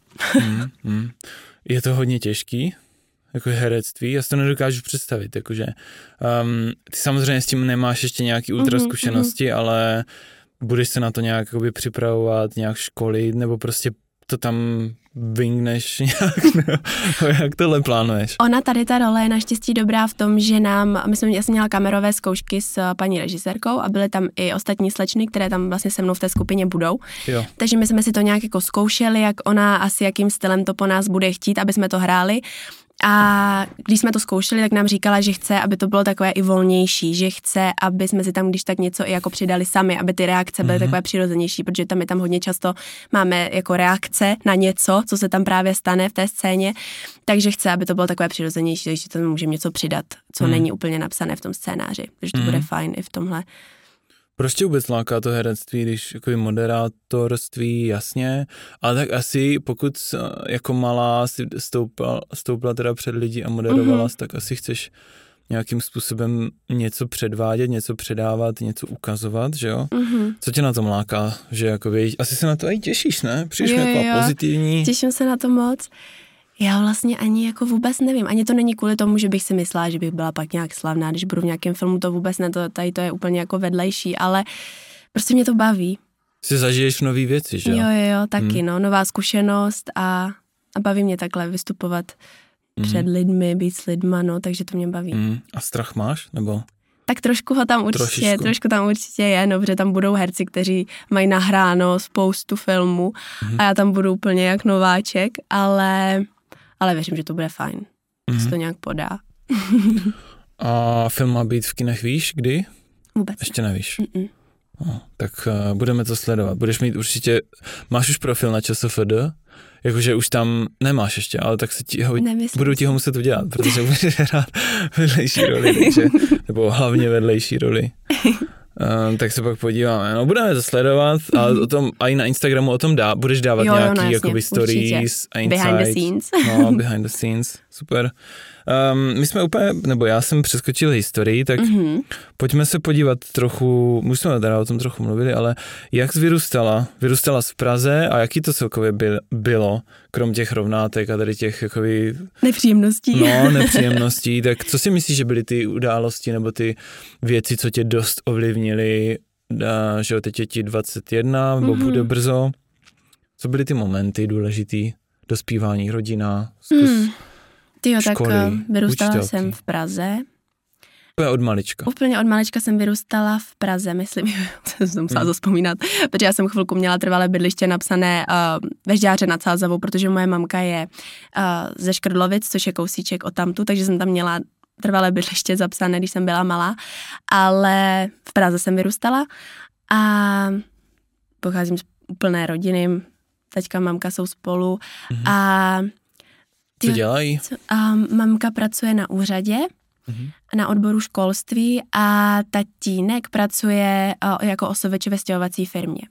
Je to hodně těžký, jako herectví, já si to nedokážu představit, jakože ty samozřejmě s tím nemáš ještě nějaký ultra zkušenosti, ale budeš se na to nějak jakoby připravovat, nějak školit, nebo prostě to tam vingneš nějak, jak tohle plánuješ? Ona tady ta role je naštěstí dobrá v tom, že já jsem měla kamerové zkoušky s paní režisérkou a byly tam i ostatní slečny, které tam vlastně se mnou v té skupině budou. Jo. Takže my jsme si to nějak jako zkoušeli, jak ona asi jakým stylem to po nás bude chtít, aby jsme to hráli. A když jsme to zkoušeli, tak nám říkala, že chce, aby to bylo takové i volnější, že chce, aby jsme si tam když tak něco i jako přidali sami, aby ty reakce byly takové přirozenější, protože my tam hodně často máme jako reakce na něco, co se tam právě stane v té scéně, takže chce, aby to bylo takové přirozenější, takže tam můžeme něco přidat, co není úplně napsané v tom scénáři, takže to bude fajn i v tomhle. Proč tě vůbec láká to herectví, když jako moderátorství, jasně, ale tak asi pokud jako malá si stoupla teda před lidi a moderovala, tak asi chceš nějakým způsobem něco předvádět, něco předávat, něco ukazovat, že jo? Co tě na tom láká? Že jako asi se na to i těšíš, ne? Přijdeš mi jako pozitivní. Těším se na to moc. Já vlastně ani jako vůbec nevím. Ani to není kvůli tomu, že bych si myslela, že bych byla pak nějak slavná, když budu v nějakém filmu, to vůbec ne, tady to je úplně jako vedlejší, ale prostě mě to baví. Si zažiješ nový věci, že jo? Jo, taky, nová zkušenost a baví mě takhle vystupovat před lidmi, být s lidma, takže to mě baví. A strach máš, nebo? Tak trošku tam určitě je, no, protože tam budou herci, kteří mají nahráno spoustu filmů a já tam budu úplně jak nováček, ale věřím, že to bude fajn. Se to nějak podá. A film má být v kinech, víš, kdy? Vůbec. Ještě nevíš. No, tak budeme to sledovat. Budeš mít určitě, máš už profil na ČSFD? Jakože už tam nemáš ještě, ale tak se budu ti ho muset udělat, protože budeš hrát vedlejší roli, takže, nebo hlavně vedlejší roli. Tak se pak podíváme. No, budeme to sledovat a o tom, a i na Instagramu o tom budeš dávat nějaký jakoby stories a insights. Behind the scenes. No, behind the scenes. Super. My jsme já jsem přeskočil historii, tak pojďme se podívat trochu, už jsme teda o tom trochu mluvili, ale jak jsi vyrůstala? Vyrůstala jsi v Praze a jaký to celkově bylo, krom těch rovnátek a tady těch jakoby... Nepříjemností. Tak co si myslíš, že byly ty události nebo ty věci, co tě dost ovlivnily, že teď je ti 21, nebo bude brzo? Co byly ty momenty důležitý? Dospívání, rodina, školy, tak vyrůstala jsem v Praze. Úplně od malička jsem vyrůstala v Praze, myslím, jsem musela zavzpomínat, protože já jsem chvilku měla trvalé bydliště napsané ve Žďáře nad Sázavou, protože moje mamka je ze Škrdlovic, což je kousíček odtamtu, takže jsem tam měla trvalé bydliště zapsané, když jsem byla malá, ale v Praze jsem vyrůstala a pocházím z úplné rodiny, taťka, mamka jsou spolu a co dělají? Mamka pracuje na úřadě, na odboru školství a tatínek pracuje jako OSVČ ve stěhovací firmě.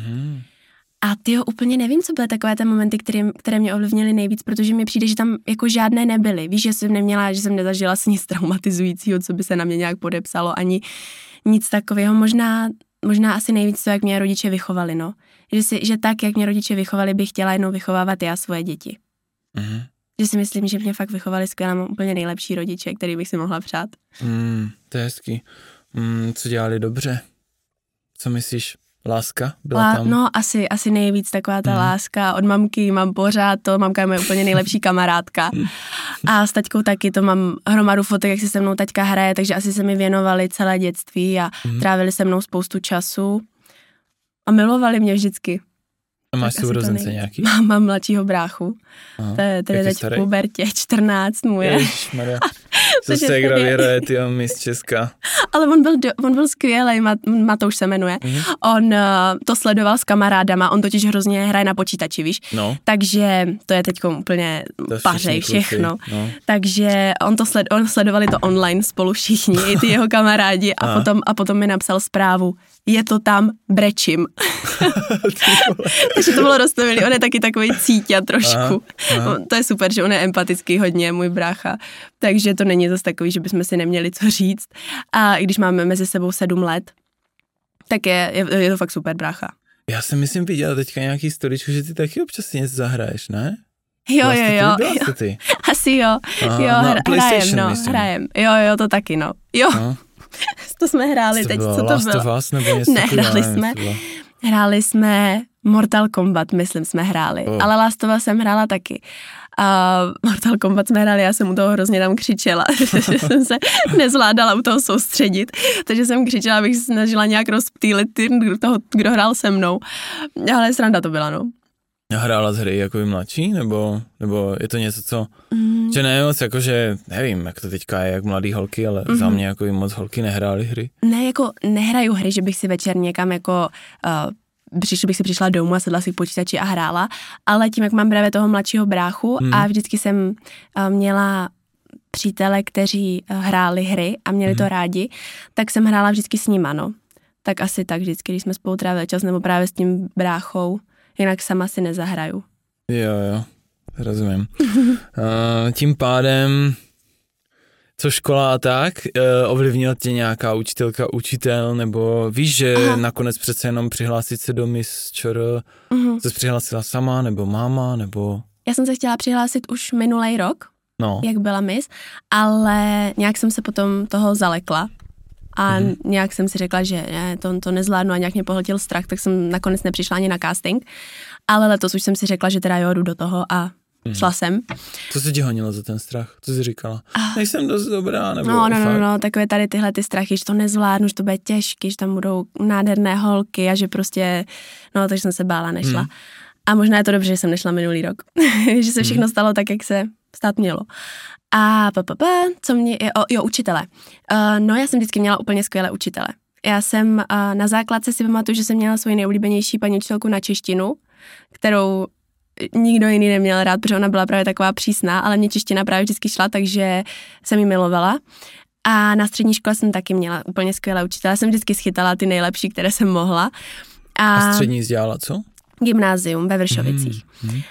A úplně nevím, co byly takové ty momenty, které mě ovlivnily nejvíc, protože mi přijde, že tam jako žádné nebyly. Víš, že jsem nezažila si nic traumatizujícího, co by se na mě nějak podepsalo, ani nic takového. Možná asi nejvíc to, jak mě rodiče vychovali, no. Že tak, jak mě rodiče vychovali, bych chtěla jednou vychovávat já svoje děti. Že si myslím, že mě fakt vychovali skvěle, mám úplně nejlepší rodiče, který bych si mohla přát. To je hezký. Co dělali dobře? Co myslíš? Láska byla tam? No, asi nejvíc taková ta láska. Od mamky mám pořád to, mamka je moje úplně nejlepší kamarádka. A s taťkou taky, to mám hromadu fotek, jak si se mnou taťka hraje, takže asi se mi věnovali celé dětství a trávili se mnou spoustu času. A milovali mě vždycky. A máš sourozence nějaký? Mám mladšího bráchu. To je teď v pubertě, 14 mu je. Ježišmarja. Co se hraje, tyjo, Miss Česka. Ale on byl skvělej, Matouš se jmenuje. On to sledoval s kamarádama, on totiž hrozně hraje na počítači, víš? No. Takže to je teď úplně pařej všechno. No. Takže on sledovali to online spolu všichni, i ty jeho kamarádi a potom mi napsal zprávu. Je to tam, brečím. Takže to bylo roztomilý, on je taky takový cíťa trošku. To je super, že on je empatický hodně, můj brácha. Takže to není zase takový, že bychom si neměli co říct. A i když máme mezi sebou 7 let, tak je to fakt super brácha. Já jsem myslím viděla teďka nějaký storičku, že ty taky občas si něco zahraješ, ne? Jo. Ty? Asi jo. Hrajem. Jo, to taky, no. Jo. To jsme hráli teď, co to bylo? Last of Us nebo něco? Ne, hráli jsme Mortal Kombat, myslím, jsme hráli, ale Last of Us jsem hrála taky. A Mortal Kombat jsme hráli, já jsem u toho hrozně tam křičela, že jsem se nezvládala u toho soustředit, takže jsem křičela, abych se snažila nějak rozptýlit toho, kdo hrál se mnou, ale sranda to byla, no. Hrála z hry jako mladší, nebo je to něco, co, že ne moc, jakože, nevím, jak to teďka je, jak mladý holky, ale za mě jako moc holky nehrály hry. Ne, jako nehraju hry, že bych si večer někam jako, přišla domů a sedla si k počítači a hrála, ale tím, jak mám právě toho mladšího bráchu a vždycky jsem měla přítele, kteří hráli hry a měli to rádi, tak jsem hrála vždycky s nima, no. Tak asi tak vždycky, když jsme spolu trávili čas, nebo právě s tím bráchou. Jinak sama si nezahraju. Jo, rozumím. Tím pádem, co škola a tak, ovlivnila tě nějaká učitelka, učitel, nebo víš, že nakonec přece jenom přihlásit se do Miss ČR, jsi přihlásila sama, nebo máma, nebo... Já jsem se chtěla přihlásit už minulej rok, jak byla Miss, ale nějak jsem se potom toho zalekla. A nějak jsem si řekla, že ne, to nezvládnu a nějak mě pohltil strach, tak jsem nakonec nepřišla ani na casting. Ale letos už jsem si řekla, že teda jdu do toho a šla jsem. Co se ti honilo za ten strach? Co jsi říkala? Nejsem dost dobrá, nebo No, takové tady tyhle ty strachy, že to nezvládnu, že to bude těžký, že tam budou nádherné holky a že prostě, takže jsem se bála, nešla. A možná je to dobře, že jsem nešla minulý rok, že se všechno stalo tak, jak se stát mělo. A co mě, učitele. Já jsem vždycky měla úplně skvělé učitele. Já jsem na základce si pamatuju, že jsem měla svoji nejoblíbenější paní učitelku na češtinu, kterou nikdo jiný neměl rád, protože ona byla právě taková přísná, ale mě čeština právě vždycky šla, takže jsem ji milovala. A na střední škole jsem taky měla úplně skvělé učitele. Jsem vždycky schytala ty nejlepší, které jsem mohla. A střední jsi dělala co? Gymnázium ve Vršovicích.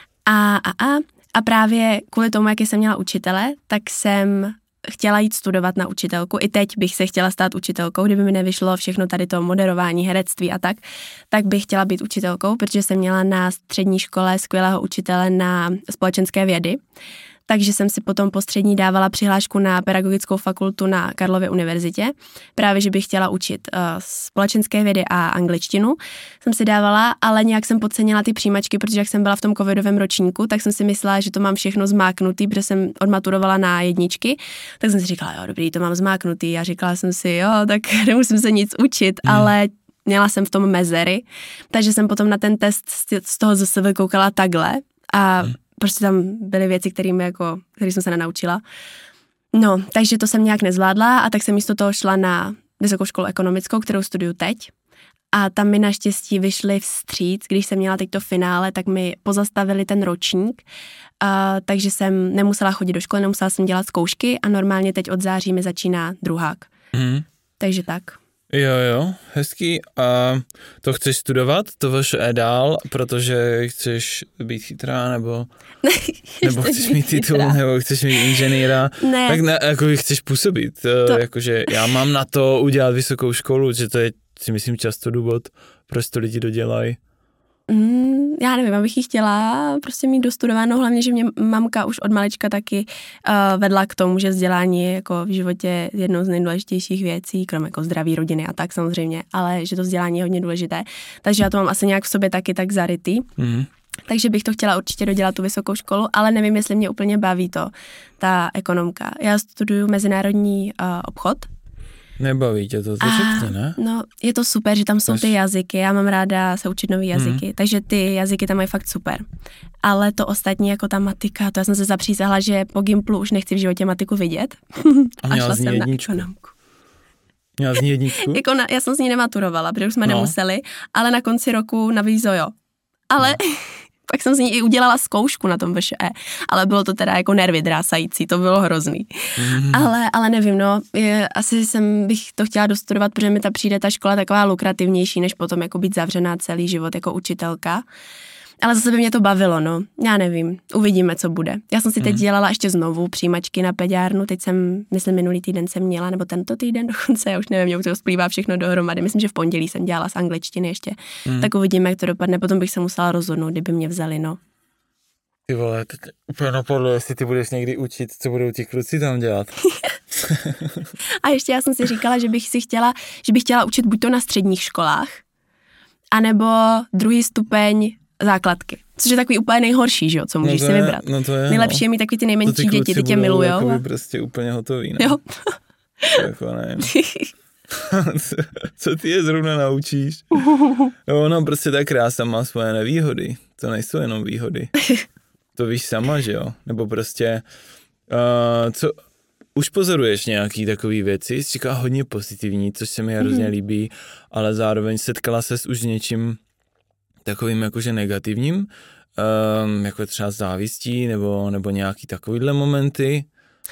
A právě kvůli tomu, jaký jsem měla učitele, tak jsem chtěla jít studovat na učitelku. I teď bych se chtěla stát učitelkou, kdyby mi nevyšlo všechno tady to moderování, herectví a tak bych chtěla být učitelkou, protože jsem měla na střední škole skvělého učitele na společenské vědy. Takže jsem si potom po střední dávala přihlášku na pedagogickou fakultu na Karlově univerzitě. Právě, že bych chtěla učit společenské vědy a angličtinu. Jsem si dávala, ale nějak jsem podcenila ty přijímačky, protože jak jsem byla v tom covidovém ročníku, tak jsem si myslela, že to mám všechno zmáknutý, protože jsem odmaturovala na jedničky. Tak jsem si říkala, dobrý, to mám zmáknutý. A říkala jsem si, tak nemusím se nic učit, ale měla jsem v tom mezery. Takže jsem potom na ten test z toho zase koukala takhle a prostě tam byly věci, které jsem se nenaučila. Takže to jsem nějak nezvládla a tak jsem místo toho šla na vysokou školu ekonomickou, kterou studuju teď. A tam mi naštěstí vyšli vstříc, když jsem měla teď to finále, tak mi pozastavili ten ročník, takže jsem nemusela chodit do školy, nemusela jsem dělat zkoušky a normálně teď od září mi začíná druhák. Takže tak. Jo, hezký. A to chceš studovat, to vaše dál, protože chceš být chytrá, nebo chceš mít titul, nebo chceš mít inženýra? Ne. Tak jako chceš působit, jakože já mám na to udělat vysokou školu, že to je, si myslím, často důvod, proč to lidi dodělají. Já nevím, abych ji chtěla prostě mít dostudovanou, hlavně, že mě mamka už od malička taky vedla k tomu, že vzdělání je jako v životě jednou z nejdůležitějších věcí, kromě jako zdraví rodiny a tak samozřejmě, ale že to vzdělání je hodně důležité, takže já to mám asi nějak v sobě taky tak zarytý. Takže bych to chtěla určitě dodělat tu vysokou školu, ale nevím, jestli mě úplně baví ta ekonomka. Já studuju mezinárodní obchod. Nebaví tě to řekni, ne? No, je to super, že tam jsou ty jazyky, já mám ráda se učit nový jazyky, takže ty jazyky tam mají fakt super. Ale to ostatní, jako ta matika, to já jsem se zapřísahla, že po Gimplu už nechci v životě matiku vidět. A šla jsem na ekonomku. Měla z ní jedničku? Já jsem z ní nematurovala, protože už jsme nemuseli, ale na konci roku na vízo, jo. Ale pak jsem z ní i udělala zkoušku na tom VŠE, ale bylo to teda jako nervy drásající, to bylo hrozný. Ale nevím, asi bych to chtěla dostudovat, protože mi přijde ta škola taková lukrativnější, než potom jako být zavřená celý život jako učitelka. Ale zase by mě to bavilo, já nevím, uvidíme, co bude. Já jsem si teď dělala ještě znovu přijímačky na pediárnu, teď jsem, myslím, minulý týden jsem měla, nebo tento týden dokonce, já už nevím, mě už to splývá všechno dohromady, myslím, že v pondělí jsem dělala z angličtiny ještě, tak uvidíme, jak to dopadne, potom bych se musela rozhodnout, kdyby mě vzali, Ty vole, teď úplně napadlo, jestli ty budeš někdy učit, co budou ti kluci tam dělat. A ještě já jsem si říkala, že bych chtěla učit buď to na středních školách, anebo druhý stupeň základky. Což je takový úplně nejhorší, že jo, co můžeš si vybrat. Nejlepší je mít takový ty nejmenší děti, ty tě milujou. To ty prostě úplně hotový, ne? Jo. Jako nevím. Co ty je zrovna naučíš? Ona prostě ta krása má svoje nevýhody. To nejsou jenom výhody. To víš sama, že jo? Nebo prostě, co... Už pozoruješ nějaký takový věci, jsi říká hodně pozitivní, což se mi hrozně líbí, ale zároveň setkala ses už s něčím takovým jakože negativním, jako třeba závistí nebo nějaký takovýhle momenty?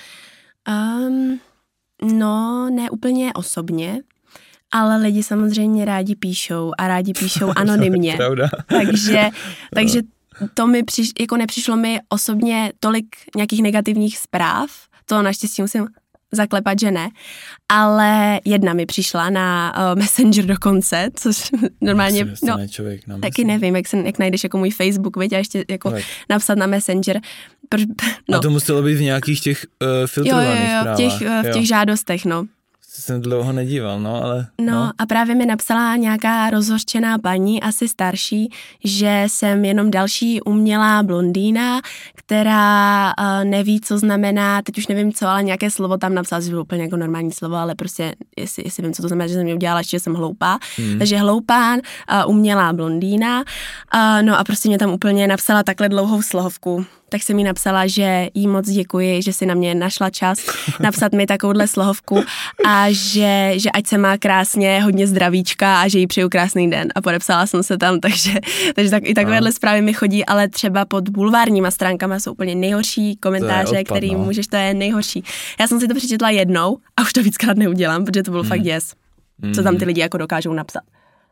Ne úplně osobně, ale lidi samozřejmě rádi píšou a rádi píšou anonymně. Pravda. Takže to mi nepřišlo mi osobně tolik nějakých negativních zpráv, to naštěstí musím zaklepat, že ne, ale jedna mi přišla na Messenger dokonce, což normálně, taky nevím, jak najdeš jako můj Facebook, viď, a ještě jako napsat na Messenger. A to muselo být v nějakých těch filtrovaných zprávách. V těch žádostech, jsem dlouho nedíval, no, ale... No a právě mi napsala nějaká rozhořčená paní, asi starší, že jsem jenom další umělá blondýna, která neví, co znamená, teď už nevím co, ale nějaké slovo tam napsala, že bylo úplně jako normální slovo, ale prostě, jestli vím, co to znamená, že jsem mě udělala, že jsem hloupá. Takže hloupá, umělá blondýna, no a prostě mě tam úplně napsala takhle dlouhou slohovku. Tak jsem jí napsala, že jí moc děkuji, že si na mě našla čas napsat mi takovouhle slohovku a že ať se má krásně, hodně zdravíčka a že jí přeju krásný den. A podepsala jsem se tam, takže tak, i takovéhle zprávy mi chodí, ale třeba pod bulvárníma stránkama jsou úplně nejhorší komentáře, který můžeš, to je nejhorší. Já jsem si to přečetla jednou a už to víckrát neudělám, protože to byl fakt děs, co tam ty lidi jako dokážou napsat.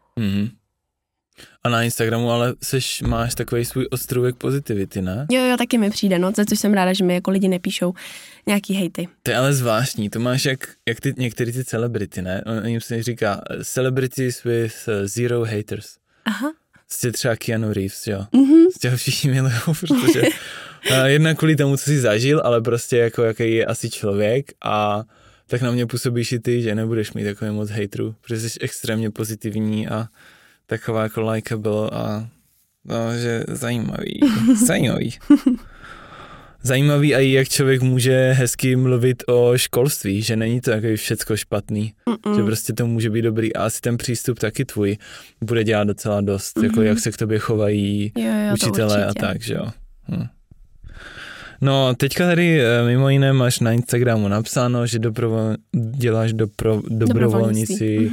A na Instagramu ale máš takový svůj ostrůvek pozitivity, ne? Jo, taky mi přijde, no, což jsem ráda, že mi jako lidi nepíšou nějaký hejty. To je ale zvláštní, to máš jak ty některé ty celebrity, ne? Jim se říká celebrities with zero haters. Aha. Jste třeba Keanu Reeves, jo? Jste ho všichni milujou, protože jednak kvůli tomu, co jsi zažil, ale prostě jako jaký je asi člověk a tak na mě působíš i ty, že nebudeš mít takový moc hejtrů, protože jsi extrémně pozitivní a taková jako likeable a no, že zajímavý. Zajímavý a i jak člověk může hezky mluvit o školství, že není to jako všecko špatný, že prostě to může být dobrý a asi ten přístup taky tvůj bude dělat docela dost, jako jak se k tobě chovají učitelé a tak, že jo. No, teďka tady mimo jiné máš na Instagramu napsáno, že děláš dobrovolnici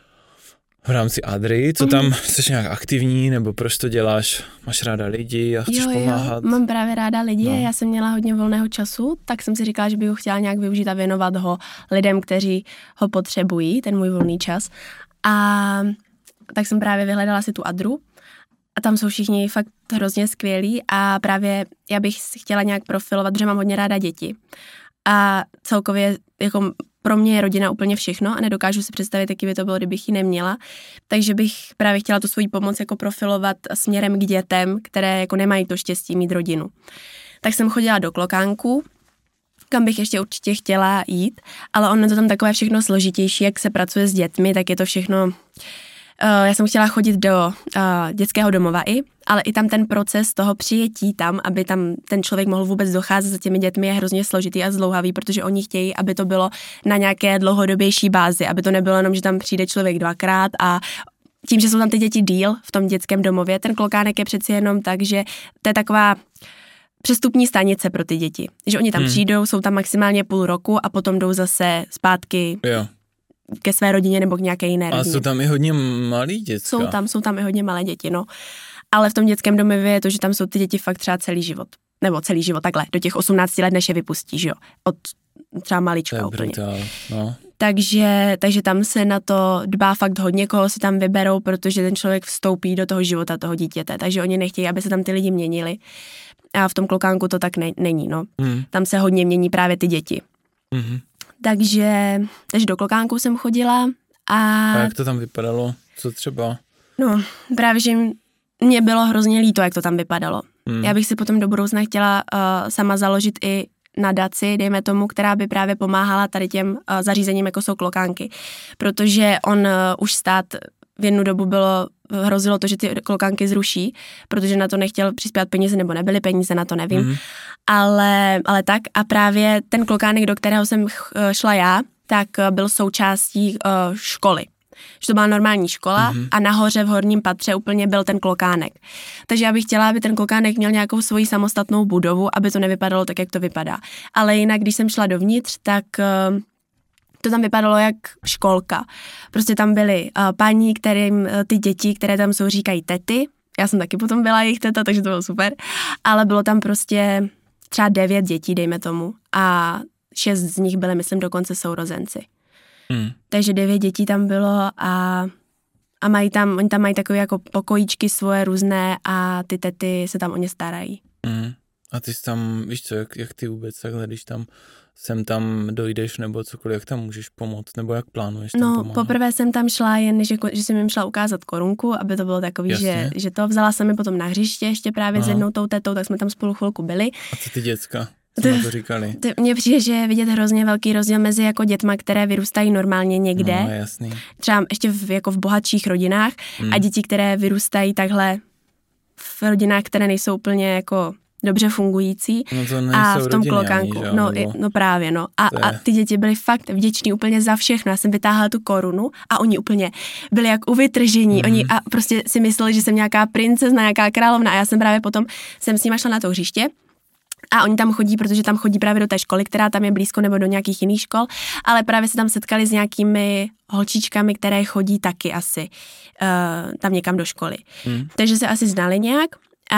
v rámci Adry, co tam, jsi nějak aktivní, nebo proč to děláš, máš ráda lidi a chceš pomáhat? Jo, mám právě ráda lidi, já jsem měla hodně volného času, tak jsem si říkala, že bych ho chtěla nějak využít a věnovat ho lidem, kteří ho potřebují, ten můj volný čas. A tak jsem právě vyhledala si tu Adru a tam jsou všichni fakt hrozně skvělí a právě já bych si chtěla nějak profilovat, protože mám hodně ráda děti. A celkově jako pro mě je rodina úplně všechno a nedokážu si představit, jaký by to bylo, kdybych ji neměla. Takže bych právě chtěla tu svoji pomoc jako profilovat směrem k dětem, které jako nemají to štěstí mít rodinu. Tak jsem chodila do Klokánku, kam bych ještě určitě chtěla jít, ale ono to tam takové všechno složitější, jak se pracuje s dětmi, tak je to všechno... Já jsem chtěla chodit do dětského domova ale i tam ten proces toho přijetí tam, aby tam ten člověk mohl vůbec docházet za těmi dětmi je hrozně složitý a zdlouhavý, protože oni chtějí, aby to bylo na nějaké dlouhodobější bázi, aby to nebylo jenom, že tam přijde člověk dvakrát a tím, že jsou tam ty děti díl v tom dětském domově, ten Klokánek je přeci jenom tak, že to je taková přestupní stanice pro ty děti. Že oni tam přijdou, jsou tam maximálně půl roku a potom jdou zase zpátky ke své rodině nebo k nějaké jiné rodině. A jsou tam i hodně malí děcka. Jsou tam i hodně malé děti, no. Ale v tom dětském domově je to, že tam jsou ty děti fakt třeba celý život. Nebo celý život takhle, do těch 18 let, než je vypustí, že jo. Od třeba malička úplně. No. Takže tam se na to dbá fakt hodně, koho si tam vyberou, protože ten člověk vstoupí do toho života toho dítěte. Takže oni nechtějí, aby se tam ty lidi měnili. A v tom Klokánku to tak není, no. Tam se hodně mění právě ty děti. Takže do Klokánku jsem chodila a jak to tam vypadalo? Co třeba? No, právě, že mě bylo hrozně líto, jak to tam vypadalo. Já bych si potom do budoucna chtěla sama založit i nadaci, dejme tomu, která by právě pomáhala tady těm zařízením, jako jsou Klokánky. Protože už stát v jednu dobu hrozilo to, že ty Klokánky zruší, protože na to nechtěl přispět peníze, nebo nebyly peníze, na to nevím. Ale tak a právě ten Klokánek, do kterého jsem šla já, tak byl součástí školy. Že to byla normální škola a nahoře v horním patře úplně byl ten Klokánek. Takže já bych chtěla, aby ten Klokánek měl nějakou svoji samostatnou budovu, aby to nevypadalo tak, jak to vypadá. Ale jinak, když jsem šla dovnitř, tak to tam vypadalo jak školka. Prostě tam byly paní, kterým ty děti, které tam jsou, říkají tety. Já jsem taky potom byla jejich teta, takže to bylo super. Ale bylo tam prostě třeba 9 dětí, dejme tomu. A 6 z nich byly, myslím, dokonce sourozenci. Takže 9 dětí tam bylo a oni tam mají takové jako pokojíčky svoje různé a ty tety se tam o ně starají. A ty jsi tam, víš co, jak ty vůbec takhle, když sem tam dojdeš nebo cokoliv, jak tam můžeš pomoct, nebo jak plánuješ tam pomáhat? Poprvé jsem tam šla jen, že jsem jim šla ukázat korunku, aby to bylo takový, že to vzala jsem mi potom na hřiště ještě právě s jednou tou tetou, tak jsme tam spolu chvilku byli. A co ty děcka? Co na to říkali? Mně přijde, že je vidět hrozně velký rozdíl mezi jako dětma, které vyrůstají normálně někde. No, jasný. Třeba ještě jako v bohatších rodinách a děti, které vyrůstají takhle v rodinách, které nejsou úplně jako dobře fungující a v tom klokánku. No právě, no. A ty děti byly fakt vděční úplně za všechno. Já jsem vytáhla tu korunu a oni úplně byli jak u vytržení. Oni a prostě si mysleli, že jsem nějaká princezna, nějaká královna a já jsem právě potom jsem s nima šla na to hřiště. A oni tam chodí, protože tam chodí právě do té školy, která tam je blízko, nebo do nějakých jiných škol, ale právě se tam setkali s nějakými holčičkami, které chodí taky asi tam někam do školy. Takže se asi znali nějak.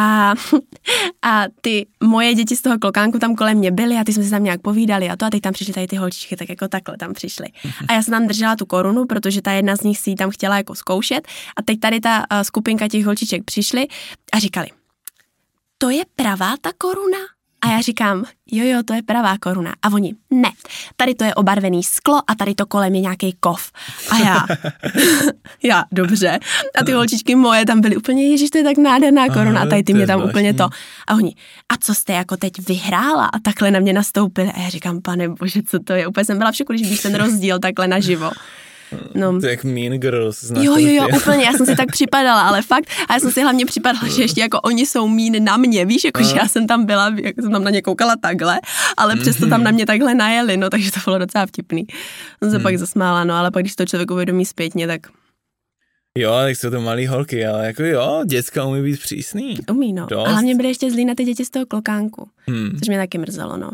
A ty moje děti z toho klokánku tam kolem mě byly a ty jsme se tam nějak povídali a teď tam přišly tady ty holčičky, tak jako takhle tam přišly. A já jsem tam držela tu korunu, protože ta jedna z nich si ji tam chtěla jako zkoušet a teď tady ta skupinka těch holčiček přišly a říkali, to je pravá ta koruna? A já říkám, jo, to je pravá koruna. A oni, ne, tady to je obarvený sklo a tady to kolem je nějaký kov. A já, dobře. A ty holčičky moje tam byly úplně, ježiš, to je tak nádherná koruna. A tady ty mě tam úplně to. A oni, a co jste jako teď vyhrála? A takhle na mě nastoupili. A já říkám, pane bože, co to je? Úplně jsem byla v šoku, když vidíš ten rozdíl takhle naživo. No. To je jak Mean Girls. Jo, úplně, já jsem si tak připadala, ale fakt, a já jsem si hlavně připadala, že ještě jako oni jsou mean na mě, víš, jako že já jsem tam byla, jako jsem tam na ně koukala takhle, ale přesto tam na mě takhle najeli, no, takže to bylo docela vtipný. Jsem se pak zasmála, no, ale pak, když to člověk uvědomí zpětně, tak... Jo, tak jsou to malý holky, ale jako jo, děcka umí být přísný. Umí, no. Dost. A hlavně byly ještě zlý na ty děti z toho klokánku, což mě taky mrzelo, no.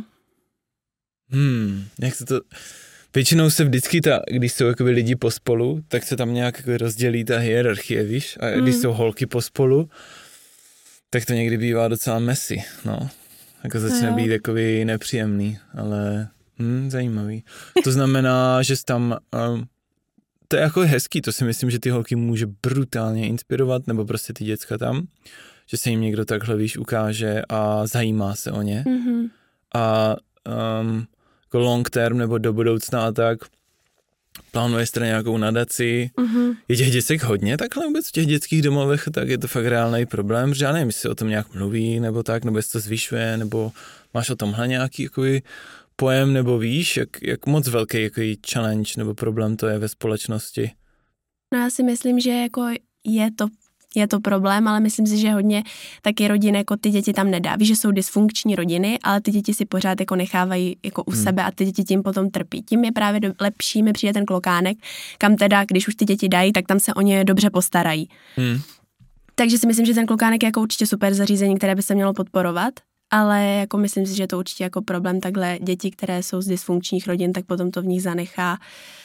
Jak se to... Většinou se vždycky, když jsou jakoby lidi pospolu, tak se tam nějak jako rozdělí ta hierarchie, víš? A když jsou holky pospolu, tak to někdy bývá docela messy, no. Jako začne být jakoby nepříjemný, ale zajímavý. To znamená, že tam, to je jako hezký, to si myslím, že ty holky může brutálně inspirovat, nebo prostě ty děcka tam, že se jim někdo takhle, víš, ukáže a zajímá se o ně. A jako long term nebo do budoucna a tak plánuje jste nějakou nadaci. Je těch děcek hodně takhle vůbec v těch dětských domovech, tak je to fakt reálný problém, že já nevím, jestli o tom nějak mluví nebo tak, nebo jestli to zvyšuje, nebo máš o tomhle nějaký jakoby pojem, nebo víš, jak moc velký jaký challenge nebo problém to je ve společnosti? No já si myslím, že jako je to problém, ale myslím si, že hodně taky rodiny, jako ty děti tam nedá. Víš, že jsou dysfunkční rodiny, ale ty děti si pořád jako nechávají jako u sebe a ty děti tím potom trpí. Tím je právě lepší mi přijde ten klokánek, kam teda, když už ty děti dají, tak tam se o ně dobře postarají. Takže si myslím, že ten klokánek je jako určitě super zařízení, které by se mělo podporovat, ale jako myslím si, že je to určitě jako problém takhle děti, které jsou z dysfunkčních rodin, tak potom to v nich zanechá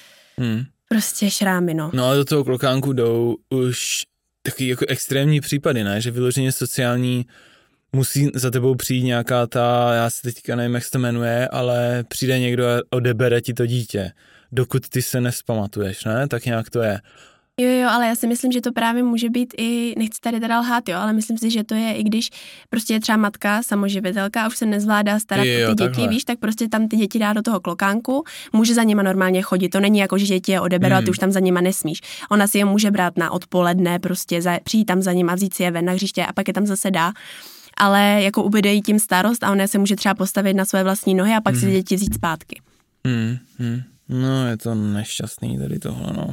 prostě šrámy, no. No a do toho klokánku jdou už taky jako extrémní případy, ne? Že vyloženě sociální musí za tebou přijít nějaká já si teďka nevím, jak se to jmenuje, ale přijde někdo a odebere ti to dítě, dokud ty se nevzpamatuješ, ne? Tak nějak to je. Jo, ale já si myslím, že to právě může být i, nechci tady teda lhát, jo, ale myslím si, že to je, i když prostě je třeba matka, samoživitelka a už se nezvládá starat o ty děti, víš, tak prostě tam ty děti dá do toho klokánku, může za nima normálně chodit, to není jako, že děti je odeberou a ty už tam za nima nesmíš. Ona si je může brát na odpoledne, prostě přijít tam za nima, vzít si je ven na hřiště a pak je tam zase dá. Ale jako ubyde jí tím starost a ona se může třeba postavit na své vlastní nohy a pak si děti vzít zpátky. No, je to nešťastný tady tohle, no.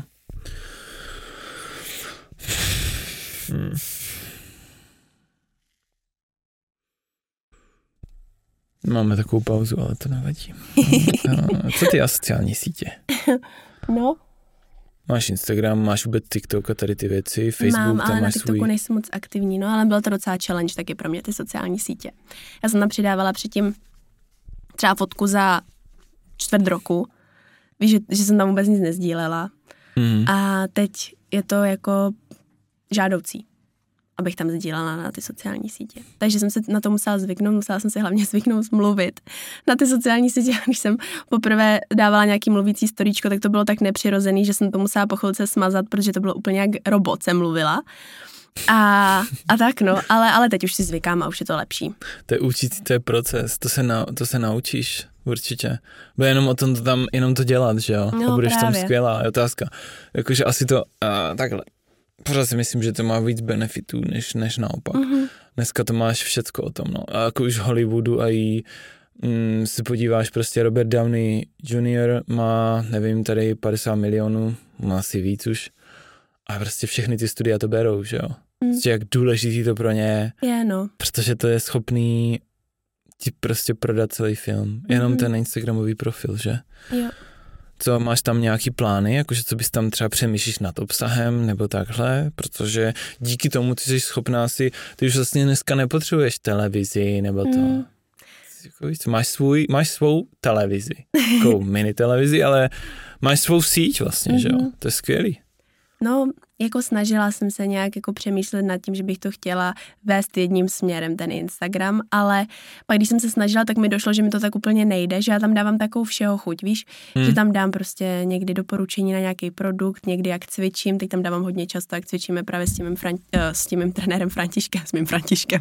Máme takovou pauzu, ale to nevadí. Co ty asociální sítě? No. Máš Instagram, máš vůbec TikTok a tady ty věci, Facebook, mám, tam ale máš na TikToku nejsem moc aktivní, no, ale bylo to docela challenge taky pro mě ty sociální sítě. Já jsem tam přidávala předtím třeba fotku za 4 roku, víš, že jsem tam vůbec nic nezdílela a teď je to jako žádoucí, abych tam sdílela na ty sociální sítě. Takže jsem se na to musela zvyknout, musela jsem si hlavně zvyknout mluvit na ty sociální sítě. Když jsem poprvé dávala nějaký mluvící storíčko, tak to bylo tak nepřirozený, že jsem to musela po chvilce smazat, protože to bylo úplně jak robot jsem mluvila. A tak no, ale teď už si zvykám a už je to lepší. To je učící, to je proces, to se naučíš určitě. Bude jenom o tom to tam jenom to dělat, že jo? No, a budeš právě. tam skvělá, je otázka. Jakože asi to takhle. Pořád si myslím, že to má víc benefitů, než naopak. Dneska to máš všecko o tom, no. A jako už v Hollywoodu a i si podíváš prostě Robert Downey Jr. má, nevím, tady 50 milionů, má asi víc už. A prostě všechny ty studia to berou, že jo. Prostě jak důležitý to pro ně je. No. Protože to je schopný ti prostě prodat celý film. Jenom ten instagramový profil, že? Jo. Co, máš tam nějaký plány, jakože co bys tam třeba přemýšlíš nad obsahem nebo takhle, protože díky tomu ty jsi schopná ty už vlastně dneska nepotřebuješ televizi nebo to. Máš svou televizi, takovou mini televizi, ale máš svou síť vlastně, že jo, to je skvělý. No, jako snažila jsem se nějak jako přemýšlet nad tím, že bych to chtěla vést jedním směrem, ten Instagram, ale pak když jsem se snažila, tak mi došlo, že mi to tak úplně nejde, že já tam dávám takovou všeho chuť, víš, že tam dám prostě někdy doporučení na nějaký produkt, někdy jak cvičím, teď tam dávám hodně často, jak cvičíme právě s tím mým trenérem Františkem, s mým Františkem.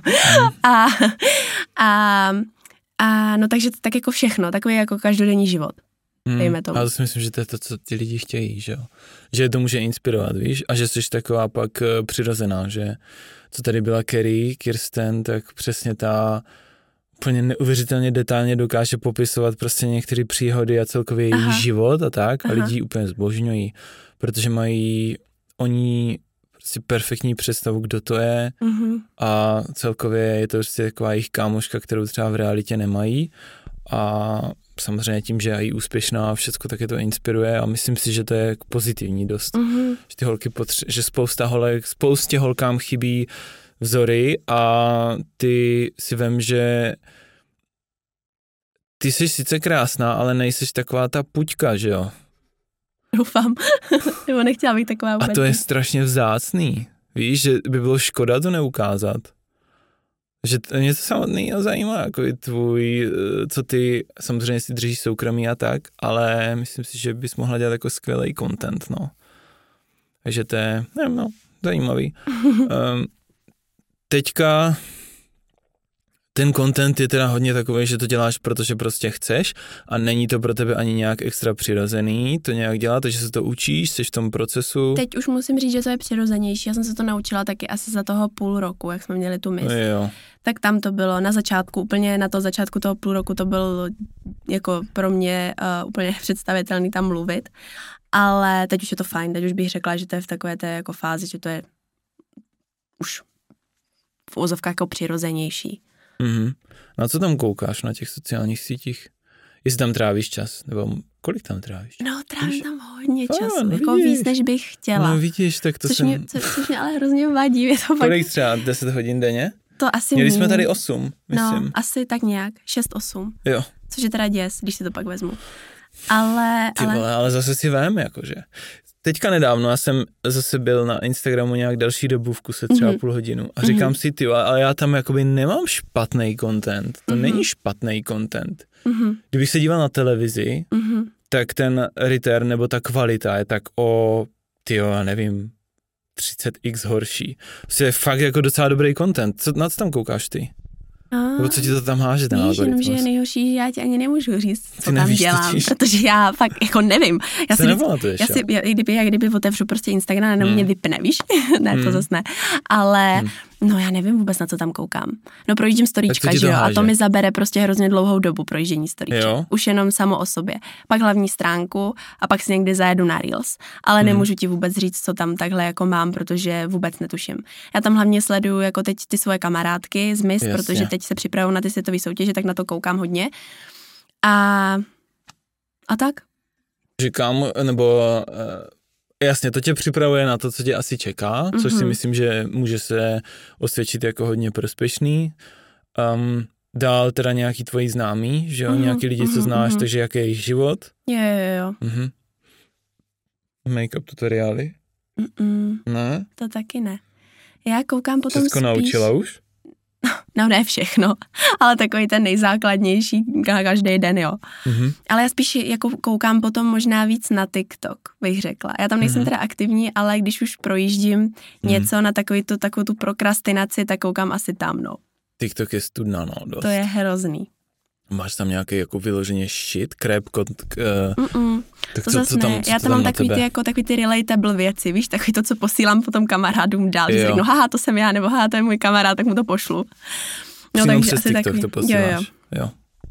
A no takže tak jako všechno, takový jako každodenní život. Dejme tomu. Ale to si myslím, že to je to, co ti lidi chtějí, že jo. Že to může inspirovat, víš, a že jsi taková pak přirozená, že co tady byla Kirsten, tak přesně ta úplně neuvěřitelně detailně dokáže popisovat prostě některé příhody a celkově její život a tak a lidi úplně zbožňují, protože mají oni prostě perfektní představu, kdo to je a celkově je to prostě taková jejich kámoška, kterou třeba v realitě nemají a samozřejmě tím, že je i úspěšná a všecko, tak je to inspiruje a myslím si, že to je pozitivní dost. Že ty holky že spoustě holkám chybí vzory a ty si vem, že ty jsi sice krásná, ale nejseš taková ta puťka, že jo? Doufám. Nebo nechtěla bych taková vůbec. A to je strašně vzácný. Víš, že by bylo škoda to neukázat. Že mě to samotný zajímá, jako i tvůj, co ty samozřejmě si držíš soukromí a tak, ale myslím si, že bys mohla dělat jako skvělý content, no. Takže to je, nevím, no, zajímavý. Teďka ten content je teda hodně takový, že to děláš, protože prostě chceš a není to pro tebe ani nějak extra přirozený to nějak dělat, takže se to učíš, jsi v tom procesu. Teď už musím říct, že to je přirozenější. Já jsem se to naučila taky asi za toho půl roku, jak jsme měli tu mis. Jo. Tak tam to bylo na začátku, úplně na to začátku toho půl roku to bylo jako pro mě úplně představitelný tam mluvit. Ale teď už je to fajn, teď už bych řekla, že to je v takové té jako fázi, že to je už v úzovkách jako přirozenější. Na co tam koukáš na těch sociálních sítích? Jestli tam trávíš čas, nebo kolik tam trávíš? No, trávím tam hodně času, no, jako víc, než bych chtěla. No vidíš, tak to což mě ale hrozně vadí. Je to kolik třeba, 10 hodin denně? To asi měli jsme tady 8, myslím. No, asi tak nějak, 6-8. Jo. Což je teda děs, když si to pak vezmu. Ale zase si vem, jakože. Teďka nedávno, já jsem zase byl na Instagramu nějak další dobu v kuse, třeba půl hodinu a říkám si, ale já tam jakoby nemám špatný content, to není špatný content. Kdybych se díval na televizi, tak ten return nebo ta kvalita je tak já nevím, 30x horší. To je fakt jako docela dobrý content. Na co tam koukáš ty? Nebo co ti to tam háže ten algoritmus? Víš, jenom, že je nejhorší, že já ti ani nemůžu říct, co tam dělám, protože já fakt jako nevím. Kdyby otevřu prostě Instagram, nebo mě vypne, víš? Ne, to zase ne. Ale no já nevím vůbec, na co tam koukám. No projíždím storíčka, že jo? A to mi zabere prostě hrozně dlouhou dobu projíždění storíček. Už jenom samo o sobě. Pak hlavní stránku a pak si někdy zajedu na Reels. Ale nemůžu ti vůbec říct, co tam takhle jako mám, protože vůbec netuším. Já tam hlavně sleduju jako teď ty svoje kamarádky z MIS, protože teď se připravuju na ty světové soutěže, tak na to koukám hodně. A tak? Říkám, nebo jasně, to tě připravuje na to, co tě asi čeká, což si myslím, že může se osvědčit jako hodně prospěšný. Dál teda nějaký tvoji známí, že jo, nějaký lidi, co znáš, takže jaký je jejich život? Jo. Make-up tutoriály? Ne? To taky ne. Já koukám potom Všechno naučila už? No ne všechno, ale takový ten nejzákladnější každý den, jo. Ale já spíš jako koukám potom možná víc na TikTok, bych řekla. Já tam nejsem teda aktivní, ale když už projíždím něco na takovou tu prokrastinaci, tak koukám asi tam, no. TikTok je studna, no, dost. To je hrozný. Máš tam nějaký jako vyloženě shit, krep, tak to zase ne. Já tam mám takový ty relatable věci, víš, takový to, co posílám potom kamarádům dál, že řeknu, haha, to jsem já, nebo haha, to je můj kamarád, tak mu to pošlu. No, takže přes asi TikTok takový, to posíláš. Jo.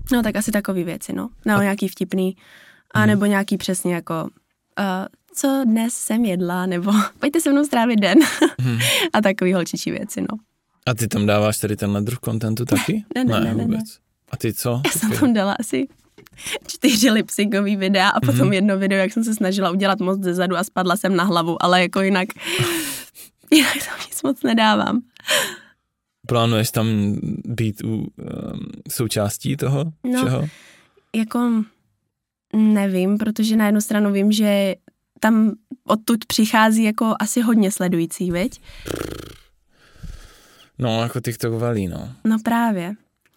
No tak asi takový věci, no. No nějaký vtipný. A nebo nějaký přesně jako, co dnes jsem jedla, nebo pojďte se mnou strávit den. A takový holčičí věci, no. A ty tam dáváš tady tenhle druh kontentu taky? Ne, vůbec. A ty co? Já jsem tam dala asi 4 lip-synkový videa a potom jedno video, jak jsem se snažila udělat most ze zadu a spadla jsem na hlavu, ale jako jinak tam nic moc nedávám. Plánuješ tam být součástí toho všeho? Jako nevím, protože na jednu stranu vím, že tam odtud přichází jako asi hodně sledujících, viď? No, jako TikTok valí, no. No právě.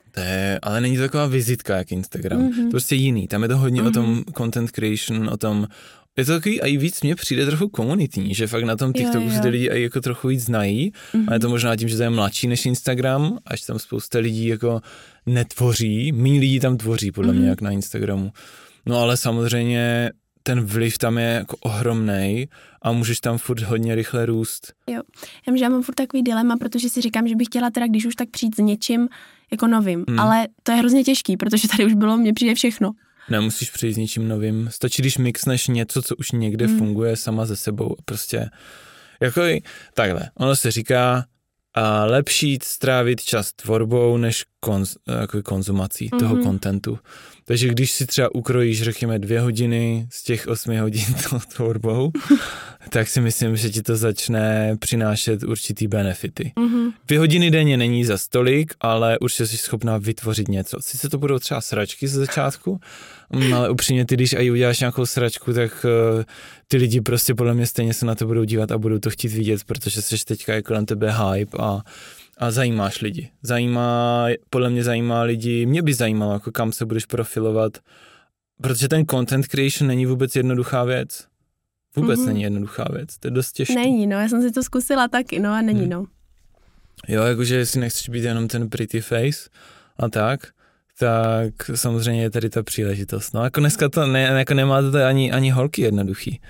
Ale není to taková vizitka jak Instagram. To prostě jiný. Tam je to hodně o tom content creation, o tom, je to takový, a i víc mně přijde trochu komunitní, že fakt na tom TikToku si ty lidi i jako trochu víc znají. A je to možná tím, že to je mladší než Instagram, až tam spousta lidí jako netvoří. Méně lidí tam tvoří, podle mě, jak na Instagramu. No ale samozřejmě ten vliv tam je jako ohromnej a můžeš tam furt hodně rychle růst. Jo, já mám furt takový dilema, protože si říkám, že bych chtěla teda, když už tak přijít s něčím jako novým, ale to je hrozně těžký, protože tady už mně přijde všechno. Nemusíš přijít s něčím novým, stačí, když mixneš něco, co už někde funguje sama ze sebou. Prostě jako takhle, ono se říká, a lepší strávit čas tvorbou, než konzumací toho kontentu. Takže když si třeba ukrojíš, řekněme, 2 hodiny z těch 8 hodin tvorbou, tak si myslím, že ti to začne přinášet určitý benefity. 2 hodiny denně není za stolik, ale určitě jsi schopná vytvořit něco. Sice to budou třeba sračky ze začátku, ale upřímně ty, když i uděláš nějakou sračku, tak ty lidi prostě podle mě stejně se na to budou dívat a budou to chtít vidět, protože jsi teďka je kolem tebe hype a zajímáš lidi. Podle mě zajímá lidi, mě by zajímalo, jako kam se budeš profilovat, protože ten content creation není vůbec jednoduchá věc. Vůbec není jednoduchá věc, to je dost těžké. Není, no, já jsem si to zkusila taky, no a není, no. Jo, jakože jestli nechceš být jenom ten pretty face a tak samozřejmě je tady ta příležitost. No jako dneska to jako nemá to ani holky jednoduchý.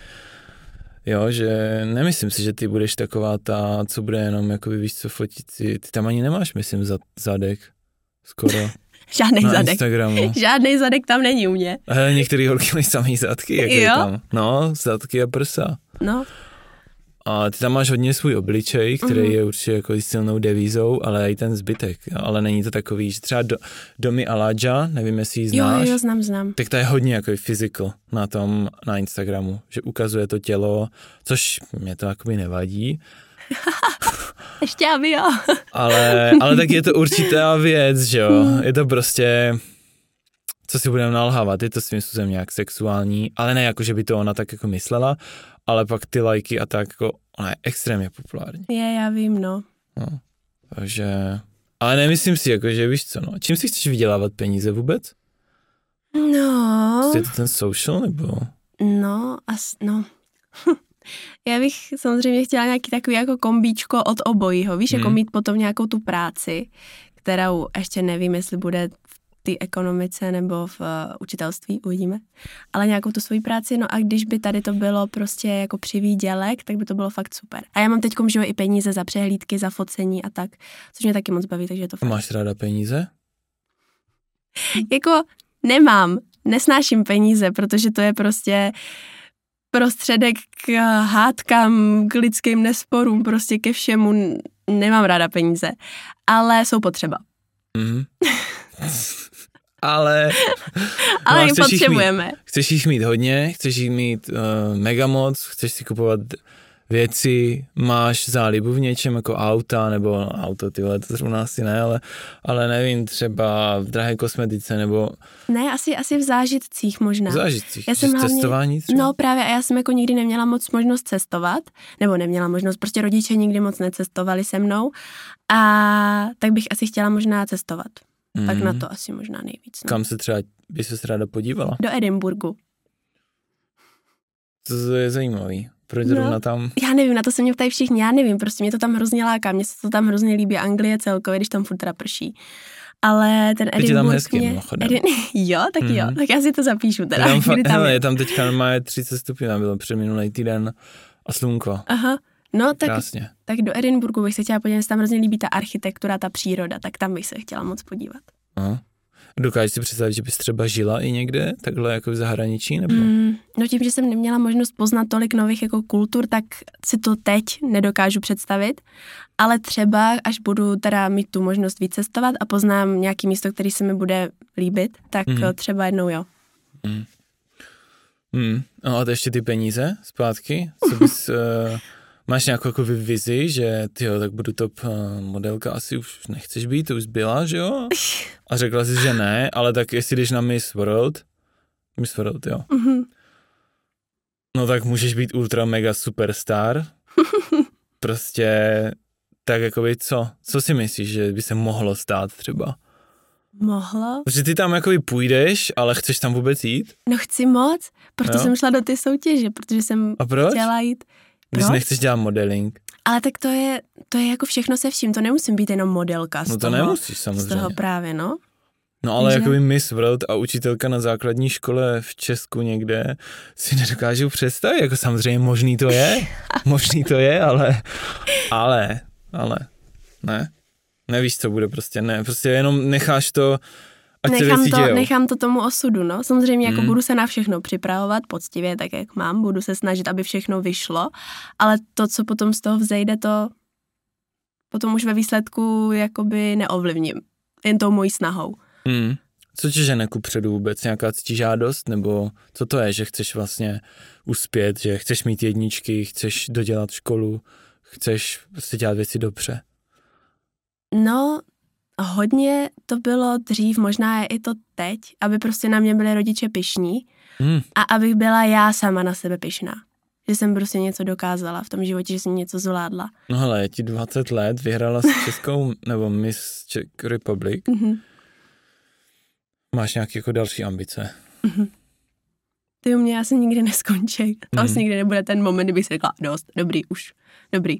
Jo, že nemyslím si, že ty budeš taková ta, co bude jenom jakoby víš co fotit. Ty tam ani nemáš, myslím, zadek. Skoro. Žádnej na zadek. Instagramu. Žádnej zadek tam není u mě. Některý holky mají samý zadky, jak je tam. No, zadky a prsa. No. A ty tam máš hodně svůj obličej, který je určitě jako silnou devízou, ale i ten zbytek. Ale není to takový, že třeba Domi Aladja, nevím, jestli ji znáš. Jo, znám. Tak to je hodně jako physical na Instagramu, že ukazuje to tělo, což mě to jakoby nevadí. Ještě aby jo. ale tak je to určitá věc, že jo. Je to prostě, co si budeme nalhávat, je to svým způsobem nějak sexuální, ale ne jako, že by to ona tak jako myslela, ale pak ty lajky a tak, jako ona je extrémně populární. Já vím, no. Takže, ale nemyslím si, jako, že víš co, no. Čím si chceš vydělávat peníze vůbec? No. Je to ten social, nebo? No. Já bych samozřejmě chtěla nějaký takový jako kombíčko od obojího, víš, jako mít potom nějakou tu práci, kterou ještě nevím, jestli bude v té ekonomice nebo v učitelství, uvidíme, ale nějakou tu svoji práci, no a když by tady to bylo prostě jako přivýdělek, tak by to bylo fakt super. A já mám teďkom, že i peníze za přehlídky, za focení a tak, což mě taky moc baví, takže je to fakt. Máš ráda peníze? Jako nesnáším peníze, protože to je prostě prostředek k hádkám, k lidským nesporům, prostě ke všemu. Nemám ráda peníze, ale jsou potřeba. Ale je potřebujeme. Chceš jich mít hodně, chceš jich mít mega moc, chceš si kupovat věci, máš zálibu v něčem jako auta, nebo auto, tyhle, to zrovna asi ne, ale nevím, třeba v drahé kosmetice, nebo... Ne, asi v zážitcích možná. V zážitcích, já jsem cestování třeba? No právě, a já jsem jako nikdy neměla moc možnost cestovat, nebo neměla možnost, prostě rodiče nikdy moc necestovali se mnou, a tak bych asi chtěla možná cestovat. Tak na to asi možná nejvíc. No. Kam se třeba, by ses ráda podívala? Do Edinburghu. To je zajímavý. Proč zrovna tam? Já nevím, na to se mě ptají všichni, já nevím, prostě mě to tam hrozně láká, mně se to tam hrozně líbí, Anglie celkově, když tam furt teda prší. Ale ten Edinburgh tam hezky, jo, tak já si to zapíšu teda. Je tam teďka normálně 30 stupňů, tam bylo předminulý týden a slunko. Aha, no krásně. Tak do Edinburghu bych se chtěla podívat, tam hrozně líbí ta architektura, ta příroda, tak tam bych se chtěla moc podívat. Aha. Dokážeš si představit, že bys třeba žila i někde, takhle jako v zahraničí, nebo? No tím, že jsem neměla možnost poznat tolik nových jako kultur, tak si to teď nedokážu představit, ale třeba až budu teda mít tu možnost víc cestovat a poznám nějaký místo, který se mi bude líbit, tak třeba jednou jo. No a to ještě ty peníze zpátky, co bys... Máš nějakou jako vizi, že tyjo, tak budu top modelka, asi už nechceš být, to už byla, že jo? A řekla jsi, že ne, ale tak jestli jdeš na Miss World, jo. No tak můžeš být ultra mega superstar. Prostě tak jakoby co? Co si myslíš, že by se mohlo stát třeba? Mohlo? Protože ty tam jakoby půjdeš, ale chceš tam vůbec jít? No chci moc, proto jsem šla do ty soutěže, protože jsem chtěla jít. Když nechceš dělat modeling. Ale tak to je jako všechno se vším, to nemusím být jenom modelka z toho. No to nemusíš samozřejmě. Z toho právě, no. No ale jakoby Miss World a učitelka na základní škole v Česku někde si nedokážu představit, jako samozřejmě možný to je, ale ne. Nevíš, co bude prostě, ne, prostě jenom necháš to, ať se věci dějou. Nechám to tomu osudu, no. Samozřejmě jako budu se na všechno připravovat poctivě, tak jak mám, budu se snažit, aby všechno vyšlo, ale to, co potom z toho vzejde, to potom už ve výsledku jakoby neovlivním, jen tou mojí snahou. Co tě žene kupředu vůbec? Nějaká ctižádost? Nebo co to je, že chceš vlastně uspět, že chceš mít jedničky, chceš dodělat školu, chceš prostě dělat věci dobře? No, hodně to bylo dřív, možná je i to teď, aby prostě na mě byli rodiče pyšní a abych byla já sama na sebe pyšná. Že jsem prostě něco dokázala v tom životě, že jsem něco zvládla. No hele, je ti 20 let, vyhrála s Českou, nebo Miss Czech Republic. Máš nějaké jako další ambice? Ty u mě asi nikdy neskončí. To asi nikdy nebude ten moment, kdybych si řekla, dost, dobrý.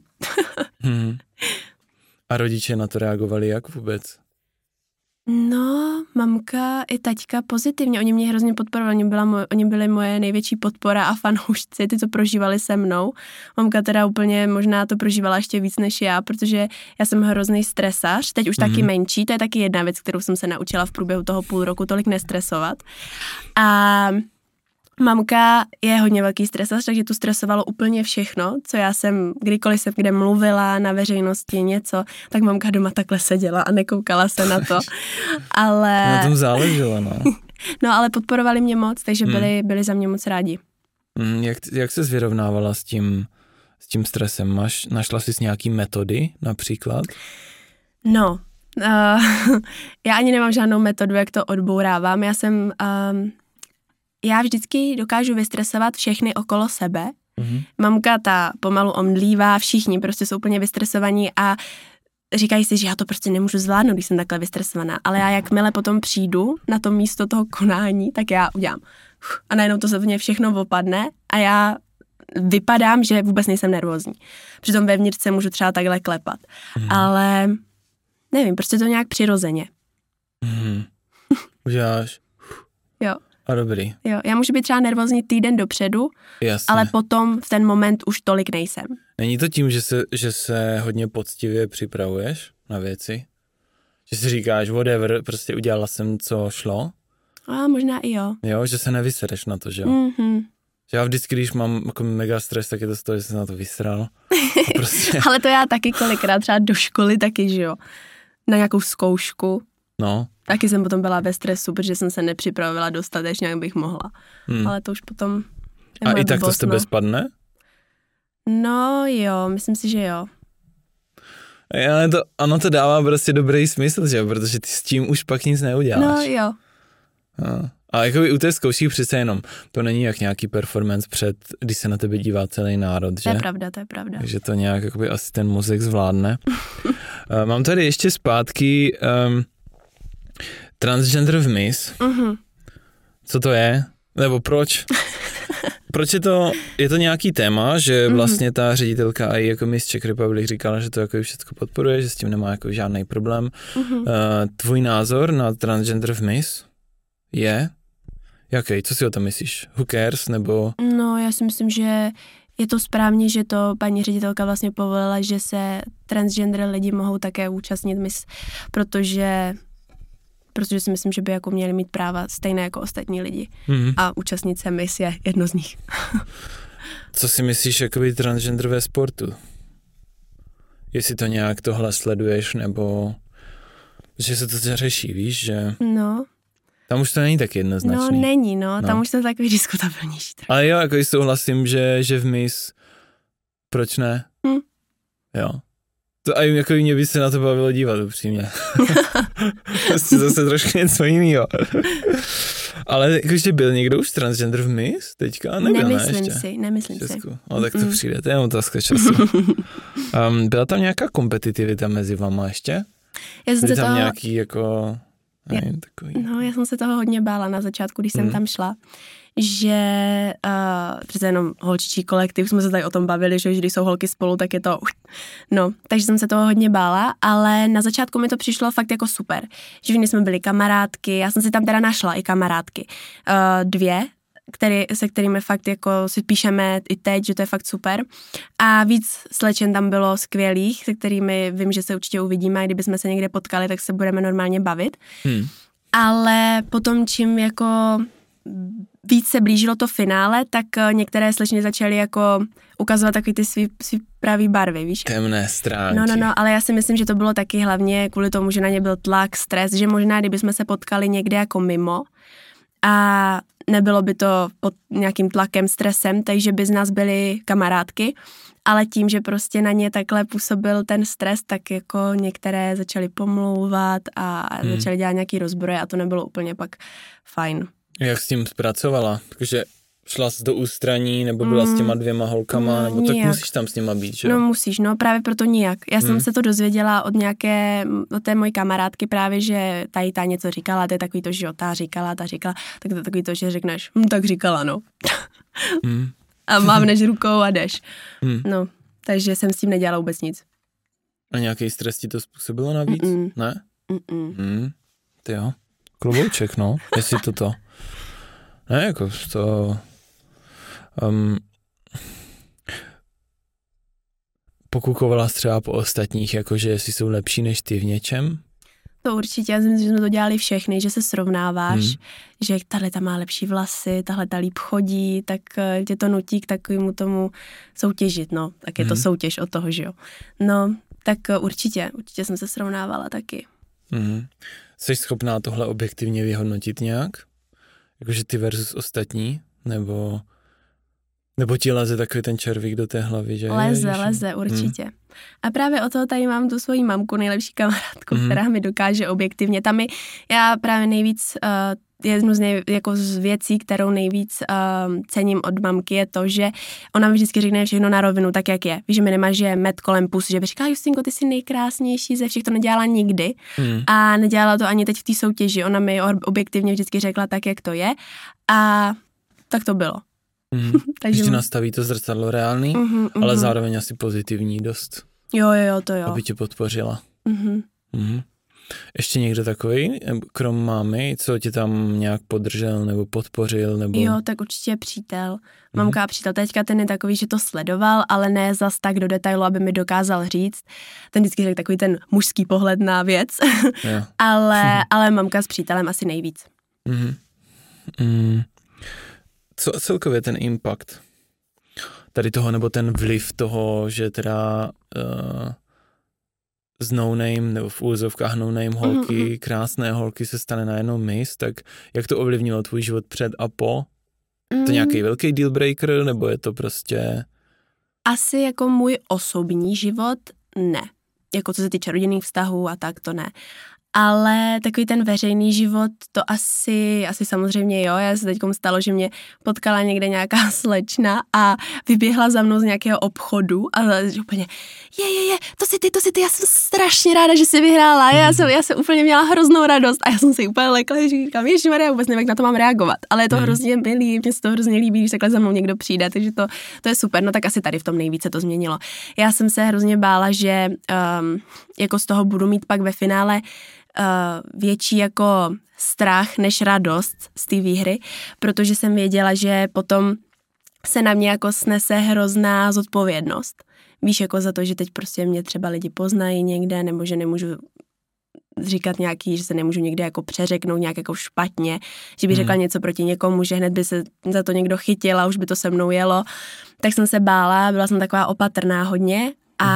A rodiče na to reagovali jak vůbec? No, mamka i taťka pozitivně, oni mě hrozně podporovali, oni byli moje největší podpora a fanoušci, ty to prožívali se mnou. Mamka teda úplně možná to prožívala ještě víc než já, protože já jsem hrozný stresař, teď už taky menší, to je taky jedna věc, kterou jsem se naučila v průběhu toho půl roku tolik nestresovat. A mamka je hodně velký stresař, takže tu stresovalo úplně všechno, co já jsem, kdykoliv jsem kde mluvila na veřejnosti něco, tak mamka doma takhle seděla a nekoukala se na to, ale... Na tom záleželo, no. No, ale podporovali mě moc, takže byli za mě moc rádi. Jak se vyrovnávala s tím stresem? Našla jsi nějaký metody například? No, já ani nemám žádnou metodu, jak to odbourávám. Já vždycky dokážu vystresovat všechny okolo sebe. Mamka ta pomalu omdlívá, všichni prostě jsou úplně vystresovaní a říkají si, že já to prostě nemůžu zvládnout, když jsem takhle vystresovaná. Ale já jakmile potom přijdu na to místo toho konání, tak já udělám. A najednou to ze mě všechno opadne a já vypadám, že vůbec nejsem nervózní. Přitom vevnitř se můžu třeba takhle klepat. Ale nevím, prostě to nějak přirozeně. Uděláš. Jo. A dobrý. Jo, já můžu být třeba nervózní týden dopředu, ale potom v ten moment už tolik nejsem. Není to tím, že se hodně poctivě připravuješ na věci? Že si říkáš, whatever, prostě udělala jsem, co šlo? A možná i jo. Jo, že se nevysereš na to, že jo? Že já vždycky, když mám jako mega stres, tak je to z toho, že jsem na to vysral. Prostě... Ale to já taky kolikrát třeba do školy taky, že jo? Na nějakou zkoušku. No. Taky jsem potom byla ve stresu, protože jsem se nepřipravila dostatečně, jak bych mohla. Ale to už potom... A i tak to z tebe spadne? No jo, myslím si, že jo. Ale ono to dává prostě dobrý smysl, že jo? Protože ty s tím už pak nic neuděláš. No jo. A jakoby u té zkoušky přece jenom, to není jak nějaký performance když se na tebe dívá celý národ, že? To je pravda. Takže to nějak jakoby asi ten mozek zvládne. Mám tady ještě zpátky transgender v Miss. Co to je? Nebo proč? Proč je to nějaký téma, že vlastně ta ředitelka i jako Miss Czech Republic říkala, že to jako všechno podporuje, že s tím nemá jako žádný problém. Tvůj názor na transgender v Miss je? Jaký? Co si o tom myslíš? Who cares? Nebo... No, já si myslím, že je to správně, že to paní ředitelka vlastně povolila, že se transgender lidi mohou také účastnit Miss, protože protože si myslím, že by jako měli mít práva stejné jako ostatní lidi. A účastnit se Miss je jedno z nich. Co si myslíš jakoby transgender ve sportu? Jestli to nějak tohle sleduješ, nebo že se to řeší, víš, že... No. Tam už to není tak jednoznačný. No, není, tam už to takový diskutabilnější. Ale jo, jako souhlasím, že v Miss, proč ne? Jo. To a jako mě by se na to bavilo dívat, upřímně. Prostě zase trošku něco jiného. Ale jakože byl někdo už transgender v Miss teďka? Nebyl, nemyslím si. No tak to přijde, to je otázka času. Byla tam nějaká kompetitivita mezi vama ještě? Byly tam nějaký jako... já jsem se toho hodně bála na začátku, když jsem tam šla, že přece jenom holčičí kolektiv, jsme se tady o tom bavili, že když jsou holky spolu, tak je to... takže jsem se toho hodně bála, ale na začátku mi to přišlo fakt jako super, že jsme byli kamarádky, já jsem si tam teda našla i kamarádky, 2, se kterými fakt jako si píšeme i teď, že to je fakt super. A víc slečen tam bylo skvělých, se kterými vím, že se určitě uvidíme a kdybychom se někde potkali, tak se budeme normálně bavit. Ale potom, čím jako víc se blížilo to finále, tak některé slečny začaly jako ukazovat takový ty svý pravý barvy, víš? Temné stránky. No, ale já si myslím, že to bylo taky hlavně kvůli tomu, že na ně byl tlak, stres, že možná, kdybychom se potkali někde jako mimo a nebylo by to pod nějakým tlakem, stresem, takže by z nás byly kamarádky, ale tím, že prostě na ně takhle působil ten stres, tak jako některé začaly pomlouvat a začaly dělat nějaký rozbroje a to nebylo úplně pak fajn. Jak s tím zpracovala? Takže šla jsi do ústraní, nebo byla s těma 2 holkama, nebo nijak. Tak musíš tam s nima být, že? No musíš, právě proto nijak. Já jsem se to dozvěděla od té mojí kamarádky právě, že ta něco říkala, to je takový to, že jo, ta říkala, tak to je takový to, že řekneš, tak říkala, no. A mávneš rukou a jdeš. No, takže jsem s tím nedělala vůbec nic. A nějaký stres ti to způsobilo navíc? Ne? Ty jo. Klobouček, no, jestli toto. Ne, jako to... Pokukovala jsi třeba po ostatních, jakože jestli jsou lepší než ty v něčem? To určitě, já si myslím, že jsme to dělali všechny, že se srovnáváš, že tahle ta má lepší vlasy, tahle ta líp chodí, tak tě to nutí k takovému tomu soutěžit, no, tak je to soutěž od toho, že jo. No, tak určitě jsem se srovnávala taky. Jsi schopná tohle objektivně vyhodnotit nějak? Jakože ty versus ostatní? Nebo ti leze takový ten červík do té hlavy, že? Leze, určitě. A právě o toho tady mám tu svoji mamku, nejlepší kamarádku, která mi dokáže objektivně. Já právě nejvíc, jednu z věcí, kterou nejvíc cením od mamky, je to, že ona mi vždycky řekne všechno na rovinu, tak jak je. Víš, že mi nemáže med kolem pusy, že by říkala, Justinko, ty jsi nejkrásnější ze všech, to nedělala nikdy. A nedělala to ani teď v té soutěži. Ona mi objektivně vždycky řekla tak, jak to je. A tak to bylo. Takže ti nastaví to zrcadlo reálný, ale zároveň asi pozitivní dost. Jo, to jo. Aby tě podpořila. Ještě někdo takový, krom mámy, co tě tam nějak podržel nebo podpořil? Nebo... Jo, tak určitě přítel. Mamka a přítel. Teďka ten je takový, že to sledoval, ale ne zas tak do detailu, aby mi dokázal říct. Ten vždycky řekl takový ten mužský pohled na věc. ale mamka s přítelem asi nejvíc. Co celkově ten impact tady toho, nebo ten vliv toho, že teda z no name, nebo v úzovkách no name holky, krásné holky se stane najednou Miss, tak jak to ovlivnilo tvůj život před a po? To nějaký velký deal breaker, nebo je to prostě... Asi jako můj osobní život ne. Jako co se týče rodinných vztahů a tak, to ne. Ale takový ten veřejný život, to asi samozřejmě jo. Já se teďkom stalo, že mě potkala někde nějaká slečna a vyběhla za mnou z nějakého obchodu a úplně, to jsi ty, já jsem strašně ráda, že jsi vyhrála. Já jsem úplně měla hroznou radost a já jsem si úplně lekla, že říkám, ježišmarja, vůbec nevím, jak na to mám reagovat. Ale je to hrozně milý, mě se to hrozně líbí, když takhle za mnou někdo přijde, takže to je super. No tak asi tady v tom nejvíce to změnilo. Já jsem se hrozně bála, že jako z toho budu mít pak ve finále větší jako strach než radost z té výhry, protože jsem věděla, že potom se na mě jako snese hrozná zodpovědnost. Víš, jako za to, že teď prostě mě třeba lidi poznají někde, nebo že nemůžu říkat nějaký, že se nemůžu někde jako přeřeknout nějak jako špatně, že by řekla něco proti někomu, že hned by se za to někdo chytil a už by to se mnou jelo. Tak jsem se bála, byla jsem taková opatrná hodně,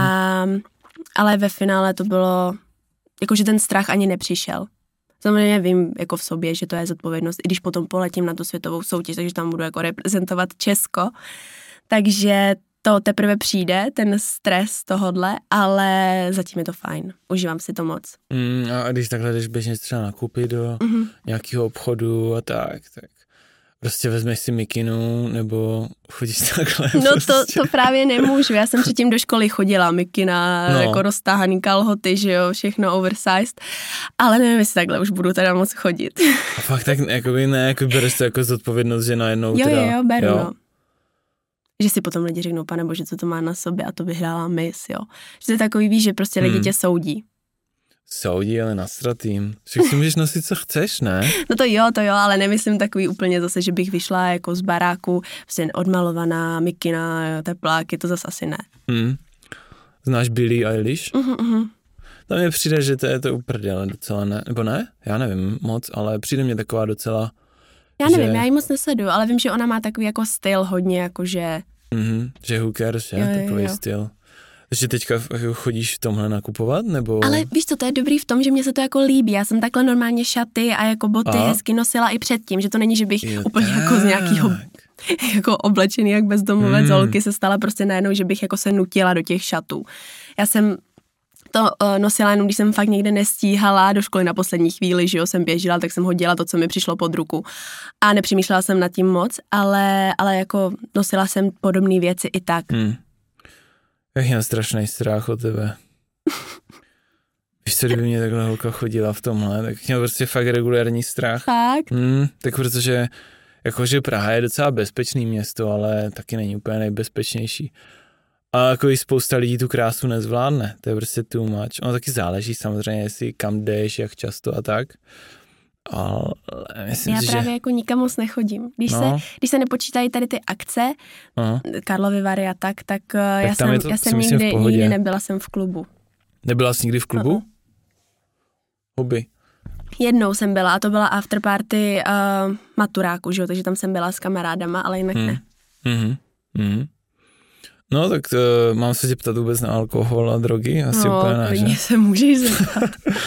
ale ve finále to bylo, jakože ten strach ani nepřišel. Samozřejmě vím jako v sobě, že to je zodpovědnost, i když potom poletím na tu světovou soutěž, takže tam budu jako reprezentovat Česko. Takže to teprve přijde, ten stres tohodle, ale zatím je to fajn. Užívám si to moc. A když takhle jdeš běžně třeba nakoupit do nějakého obchodu a tak prostě vezmeš si mikinu nebo chodíš takhle? No prostě. to právě nemůžu. Já jsem předtím do školy chodila, mikina, jako roztáhaný kalhoty, že jo, všechno oversized, ale nevím, jestli takhle už budu teda moc chodit. A fakt tak jakoby ne, jako bereš to jako zodpovědnost, že najednou teda... Jo, beru, no. Že si potom lidi řeknou, pane bože, co to má na sobě a to vyhrála Miss, jo. Že to je takový, víš, že prostě lidi tě soudí. Soudí, ale nasratým. Však si můžeš nosit, co chceš, ne? No to jo, ale nemyslím takový úplně zase, že bych vyšla jako z baráku, prostě odmalovaná, mikina, tepláky, to zase asi ne. Znáš Billie Eilish? Tam mi přijde, že to je to uprdele docela, ne? Nebo ne? Já nevím moc, ale přijde mě taková docela... Já nevím, já ji moc nesleduju, ale vím, že ona má takový jako styl hodně, jakože... že who cares, že? Takový styl. Takže teďka chodíš v tomhle nakupovat, nebo... Ale víš co, to je dobrý v tom, že mě se to jako líbí. Já jsem takhle normálně šaty a jako boty hezky nosila i předtím, že to není, že bych úplně jako z nějakého jako oblečený jak bezdomovec holky se stala prostě najednou, že bych jako se nutila do těch šatů. Já jsem to nosila jenom, když jsem fakt někde nestíhala do školy na poslední chvíli, že jo, jsem běžela, tak jsem hodila to, co mi přišlo pod ruku. A nepřemýšlela jsem nad tím moc, ale jako nosila jsem podobné věci i tak. Jak mám strašný strach o tebe. Víš co, kdyby mě takhle holka chodila v tomhle, tak měl prostě fakt regulární strach. Fakt? Tak protože jakože Praha je docela bezpečný město, ale taky není úplně nejbezpečnější. A jako i spousta lidí tu krásu nezvládne, to je prostě too much. Ono taky záleží samozřejmě, jestli kam jdeš, jak často a tak. Ale myslím, já právě jako nikam moc nechodím. Když se nepočítají tady ty akce, Karlovy Vary a tak já jsem nikdy nebyla jsem v klubu. Nebyla jsi nikdy v klubu? Hobby. Jednou jsem byla a to byla afterparty maturáku, že jo, takže tam jsem byla s kamarádama, ale jinak ne. No tak mám se tě ptat vůbec na alkohol a drogy? Asi úplně ne, že? No, se můžeš zeptat.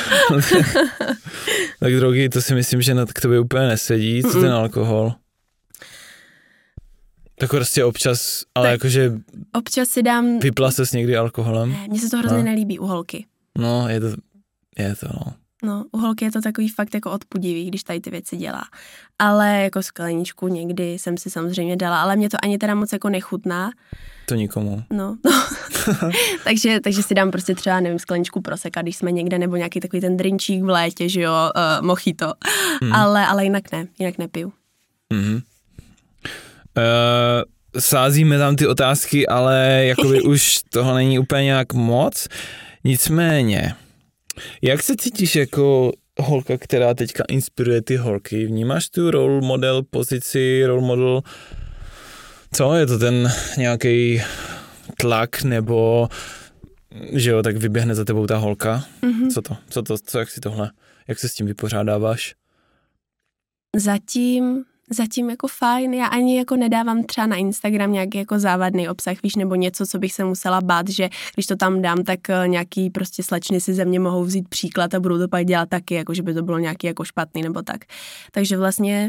Tak drogy, to si myslím, že k tobě úplně nesedí. Co ten alkohol? Tak prostě občas, ale tak jakože... Občas si dám... Vypla ses někdy alkoholem? Ne, mně se to hrozně nelíbí u holky. No, je to, no. No, u holky je to takový fakt jako odpudivý, když tady ty věci dělá. Ale jako skleničku někdy jsem si samozřejmě dala, ale mě to ani teda moc jako nechutná. To nikomu. No. takže si dám prostě třeba, nevím, skleničku proseka, když jsme někde, nebo nějaký takový ten drinčík v létě, že jo, mojito. Ale jinak nepiju. Sázíme tam ty otázky, ale jakoby už toho není úplně nějak moc. Nicméně, jak se cítíš jako holka, která teďka inspiruje ty holky? Vnímáš tu role model pozici, role model, co je to ten nějaký tlak, nebo že jo, tak vyběhne za tebou ta holka? Co, jak si tohle, jak se s tím vypořádáváš? Zatím jako fajn, já ani jako nedávám třeba na Instagram nějaký jako závadný obsah, víš, nebo něco, co bych se musela bát, že když to tam dám, tak nějaký prostě slečny si ze mě mohou vzít příklad a budou to pak dělat taky, jako že by to bylo nějaký jako špatný nebo tak. Takže vlastně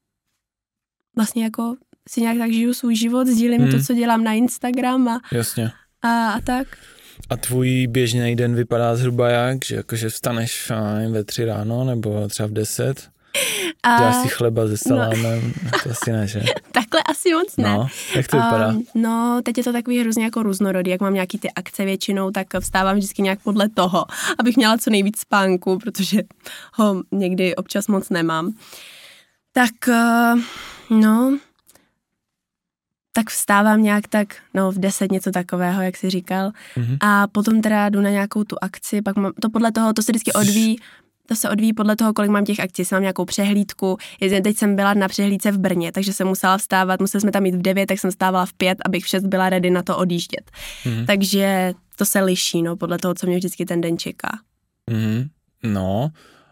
jako si nějak tak žiju svůj život, sdílím to, co dělám na Instagram a tak. A tvůj běžný den vypadá zhruba jak? Že jakože vstaneš ve 3 ráno nebo třeba v 10? Děláš si chleba se salámem? To asi ne, že? Takhle asi moc ne. No, jak to vypadá? No, teď je to takový hrozně jako různorodý, jak mám nějaký ty akce většinou, tak vstávám vždycky nějak podle toho, abych měla co nejvíc spánku, protože ho někdy občas moc nemám. Tak vstávám nějak tak, v 10 něco takového, jak jsi říkal. A potom teda jdu na nějakou tu akci, pak mám, to podle toho, to se vždycky odvíjí, podle toho, kolik mám těch akcí. Jestli mám nějakou přehlídku. Teď jsem byla na přehlídce v Brně, takže jsem musela vstávat, museli jsme tam jít v 9, tak jsem vstávala v 5, abych v 6 byla ready na to odjíždět. Takže to se liší, podle toho, co mě vždycky ten den čeká. No,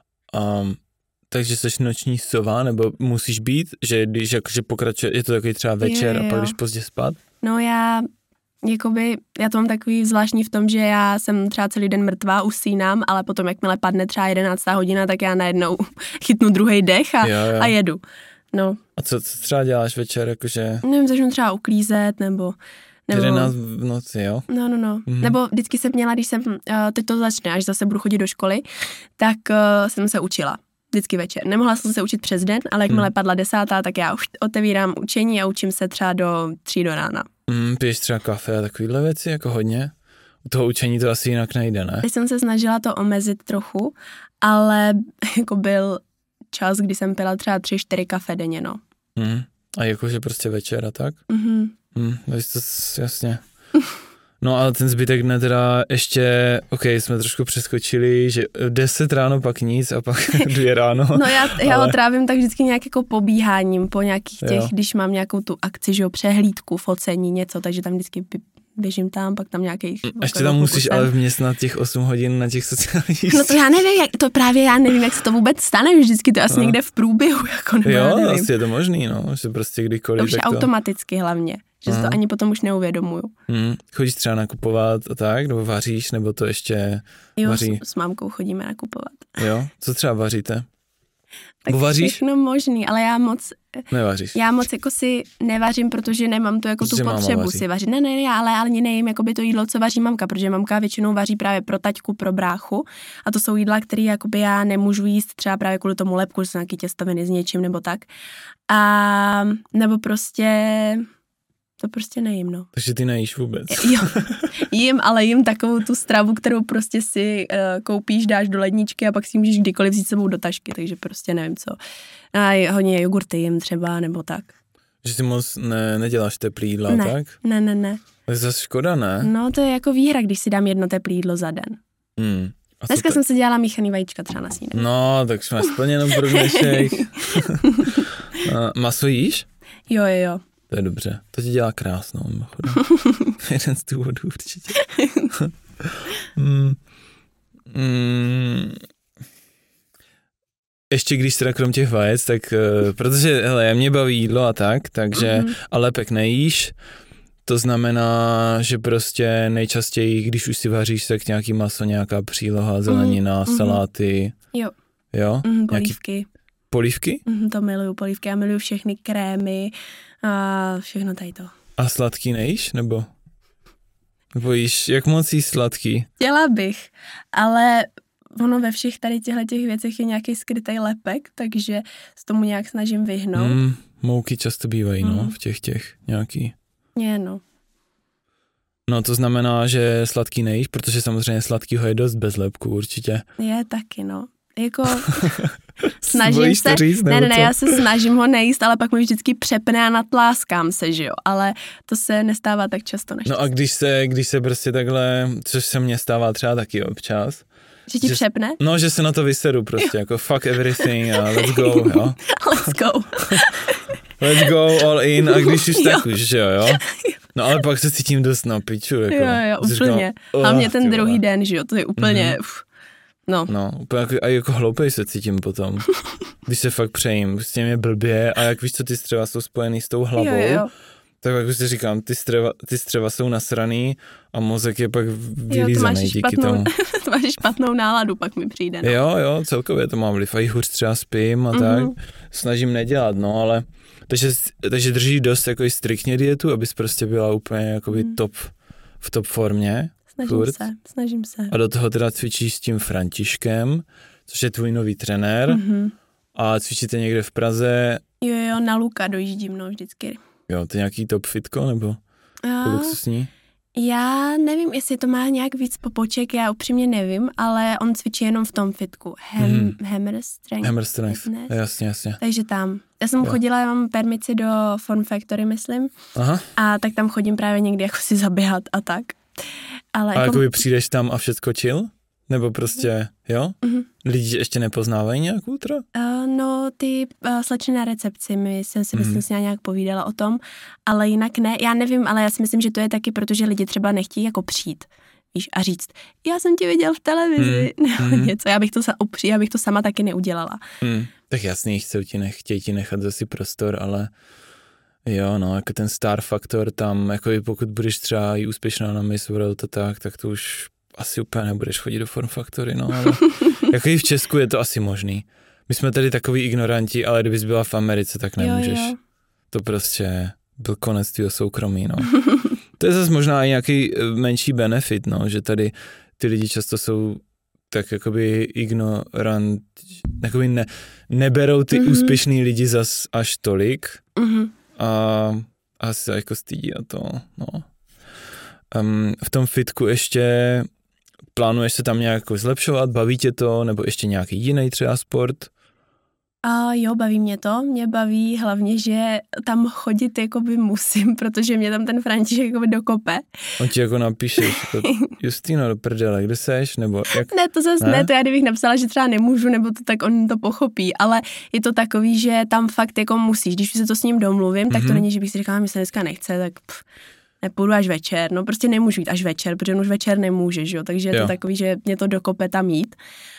takže jsi noční sova, nebo musíš být, že když jakože pokračuje, je to takový třeba večer a pak když pozdě spát? No já to mám takový zvláštní v tom, že já jsem třeba celý den mrtvá, usínám, ale potom jakmile padne třeba 11. hodina, tak já najednou chytnu druhý dech a jedu. No. A co třeba děláš večer, jakože? Nevím, začnu třeba uklízet, nebo 11 v noci, jo? No. Mm-hmm. Nebo vždycky jsem měla, když jsem, teď to začne, až zase budu chodit do školy, tak jsem se učila. Vždycky večer. Nemohla jsem se učit přes den, ale jakmile padla 10, tak já už otevírám učení a učím se třeba do 3 do rána. Piješ třeba kafe a takovýhle věci, jako hodně? U toho učení to asi jinak nejde, ne? Teď jsem se snažila to omezit trochu, ale jako byl čas, kdy jsem pila třeba 3-4 kafe denně, no. A jakože prostě večer a tak? Jasně. No ale ten zbytek dne teda ještě, jsme trošku přeskočili, že 10 ráno pak nic a pak 2 ráno. No já ho trávím tak vždycky nějak jako pobíháním po nějakých těch, když mám nějakou tu akci, že jo, přehlídku, focení, něco, takže tam vždycky běžím tam, pak tam nějakých... Ještě tam musíš ale vměstnat těch 8 hodin na těch sociálních. No to já nevím, já nevím, jak se to vůbec stane, vždycky to asi někde v průběhu, jako nebo jo, nevím. asi je to možný, no, že prostě kdykoliv. To už je automaticky hlavně, že si to ani potom už neuvědomuju. Chodíš třeba nakupovat a tak, nebo vaříš, nebo to ještě vaří? S mámkou chodíme nakupovat. Jo, co třeba vaříte? Tak vaříš? Všechno možný, ale já moc... Nevaříš. Já moc jako si nevařím, protože nemám tu jako tu potřebu si vařit. Ne, ale ani nejím jakoby to jídlo, co vaří mamka, protože mamka většinou vaří právě pro taťku, pro bráchu a to jsou jídla, které jakoby já nemůžu jíst třeba právě kvůli tomu lepku, že jsou nějaký těstoviny s něčím nebo tak. A nebo to prostě nejím, no. Takže ty nejíš vůbec. Jo, ale jím takovou tu stravu, kterou prostě si koupíš, dáš do ledničky a pak si můžeš kdykoliv vzít sebou do tašky, takže prostě nevím co. A hodně jogurty jim třeba, nebo tak. Že si moc neděláš teplý jídla, tak? Ne. To je zase škoda, ne? No to je jako výhra, když si dám jedno teplý jídlo za den. Dneska jsem si dělala míchaný vajíčka třeba na snídani. No, tak jsme splněno pro dnešek. Maso jíš? Jo. To je dobře. To ti dělá krásnou. Jeden z důvodů určitě. Ještě když teda krom těch vajec, tak protože hele, mě baví jídlo a tak, takže a lepek nejíš, to znamená, že prostě nejčastěji, když už si vaříš, tak nějaký maso, nějaká příloha, zelenina, saláty. Jo? Polívky. Polívky? To miluju, polívky. Já miluju všechny krémy a všechno tady to. A sladký nejíš, nebo jíš, jak moc jíš sladký? Chtěla bych, ale ono ve všech tady těchto věcech je nějaký skrytý lepek, takže se tomu nějak snažím vyhnout. Mouky často bývají, v těch nějaký. No. No to znamená, že sladký nejíš, protože samozřejmě sladkýho je dost bez lepku určitě. Je taky, no. Jako snažím se, říct, ne, já se snažím ho nejíst, ale pak mi vždycky přepne a natláskám se, že jo, ale to se nestává tak často naštěstí. No a když se prostě takhle, což se mně stává třeba taky občas. Že ti přepne? No, že se na to vysedu prostě, jako fuck everything a let's go, jo. Let's go. Let's go all in a když už tak už, že jo. No ale pak se cítím dost na piču, jako. Jo, úplně. Hlavně ten druhý den, že jo, to je úplně... No, úplně jako hloupej se cítím potom, když se fakt přejím, s tím je blbě a jak víš co, ty střeva jsou spojený s tou hlavou, tak jak už si říkám, ty střeva jsou nasraný a mozek je pak vylízaný díky tomu. To máš špatnou náladu, pak mi přijde. No. Jo, celkově to má vliv a i hůř třeba spím a tak, snažím nedělat, no ale, takže držíš dost jako striktně dietu, abys prostě byla úplně jakoby v top formě. Snažím se. A do toho teda cvičíš s tím Františkem, což je tvůj nový trenér. A cvičíte někde v Praze? Jo, na Luka dojíždím, no, vždycky. Jo, to je nějaký top fitko, nebo luxusní? Já nevím, jestli to má nějak víc popoček, já upřímně nevím, ale on cvičí jenom v tom fitku. Hammer Strength. Jasně. Takže tam. Já jsem chodila, já mám permici do Fun Factory, myslím. Aha. A tak tam chodím právě někdy jako si zaběhat a tak. Ale a jakoby přijdeš tam a všecko chill? Nebo prostě, jo? Lidi ještě nepoznávají nějak ultra? No, ty slečny na recepci, jsem si myslím, si nějak povídala o tom, ale jinak ne, já nevím, ale já si myslím, že to je taky, protože lidi třeba nechtějí jako přijít. víš, a říct, já jsem tě viděl v televizi, nebo něco, já bych to sama taky neudělala. Tak jasně, chtějí ti nechat zase prostor, ale jo, no, jako ten star faktor tam, jako i pokud budeš třeba i úspěšná na Miss World tak to už asi úplně nebudeš chodit do Form Factory, no, ale jako i v Česku je to asi možný. My jsme tady takový ignoranti, ale kdybys byla v Americe, tak nemůžeš. Jo. To prostě byl konec tvýho soukromí, no. To je zase možná i nějaký menší benefit, no, že tady ty lidi často jsou tak jakoby ignorant, jakoby neberou ty úspěšný lidi zas až tolik a se jako stydí a to, no. V tom fitku ještě plánuješ se tam nějak zlepšovat, baví tě to, nebo ještě nějaký jiný třeba sport? Jo, baví mě to. Mě baví hlavně, že tam chodit jakoby musím, protože mě tam ten František jakoby dokope. On ti jako napíše, Justýno, do prdele, kde seš? Nebo jak? Ne, to zase ne, to já kdybych napsala, že třeba nemůžu, nebo to tak on to pochopí, ale je to takový, že tam fakt jako musíš. Když se to s ním domluvím, tak to není, že bych si říkala, mi se dneska nechce, tak nepůjdu až večer. No prostě nemůžu jít až večer, protože on už večer nemůže, že jo? Takže je to takový, že mě to dokope tam jít.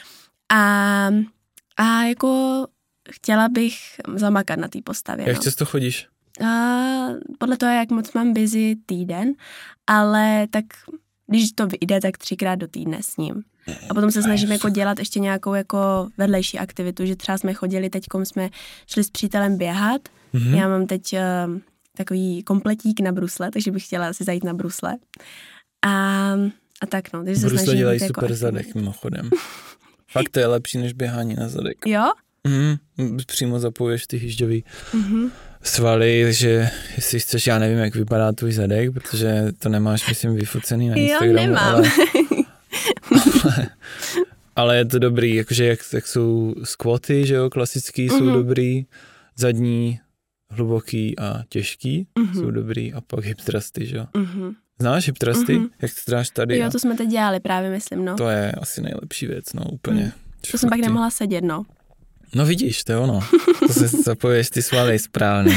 A jako chtěla bych zamakat na té postavě. Jak často chodíš? Podle toho, jak moc mám busy týden, ale tak když to vyjde, tak 3krát do týdne s ním. A potom se snažím jako dělat ještě nějakou jako vedlejší aktivitu, že třeba jsme chodili, teďkom jsme šli s přítelem běhat. Já mám teď takový kompletík na brusle, takže bych chtěla si zajít na brusle. A tak no. Brusle dělají super jako zadek mimochodem. Fakt to je lepší než běhání na zadek. Jo? Přímo zapojuješ ty hyžďový svaly, takže jestli chceš, já nevím, jak vypadá tvůj zadek, protože to nemáš, myslím, vyfocený na Instagramu. Jo, nemám. Ale je to dobrý, jakože jak jsou squaty, že jo, klasický jsou dobrý, zadní, hluboký a těžký jsou dobrý a pak hip thrusty, že jo. Znáš hip thrusty? Jak to dáš tady? Jo, to jsme teď dělali právě, myslím, no. To je asi nejlepší věc, no, úplně. To jsem pak nemohla sedět, no. No vidíš, to je ono. To se zapoješ ty svaly správně.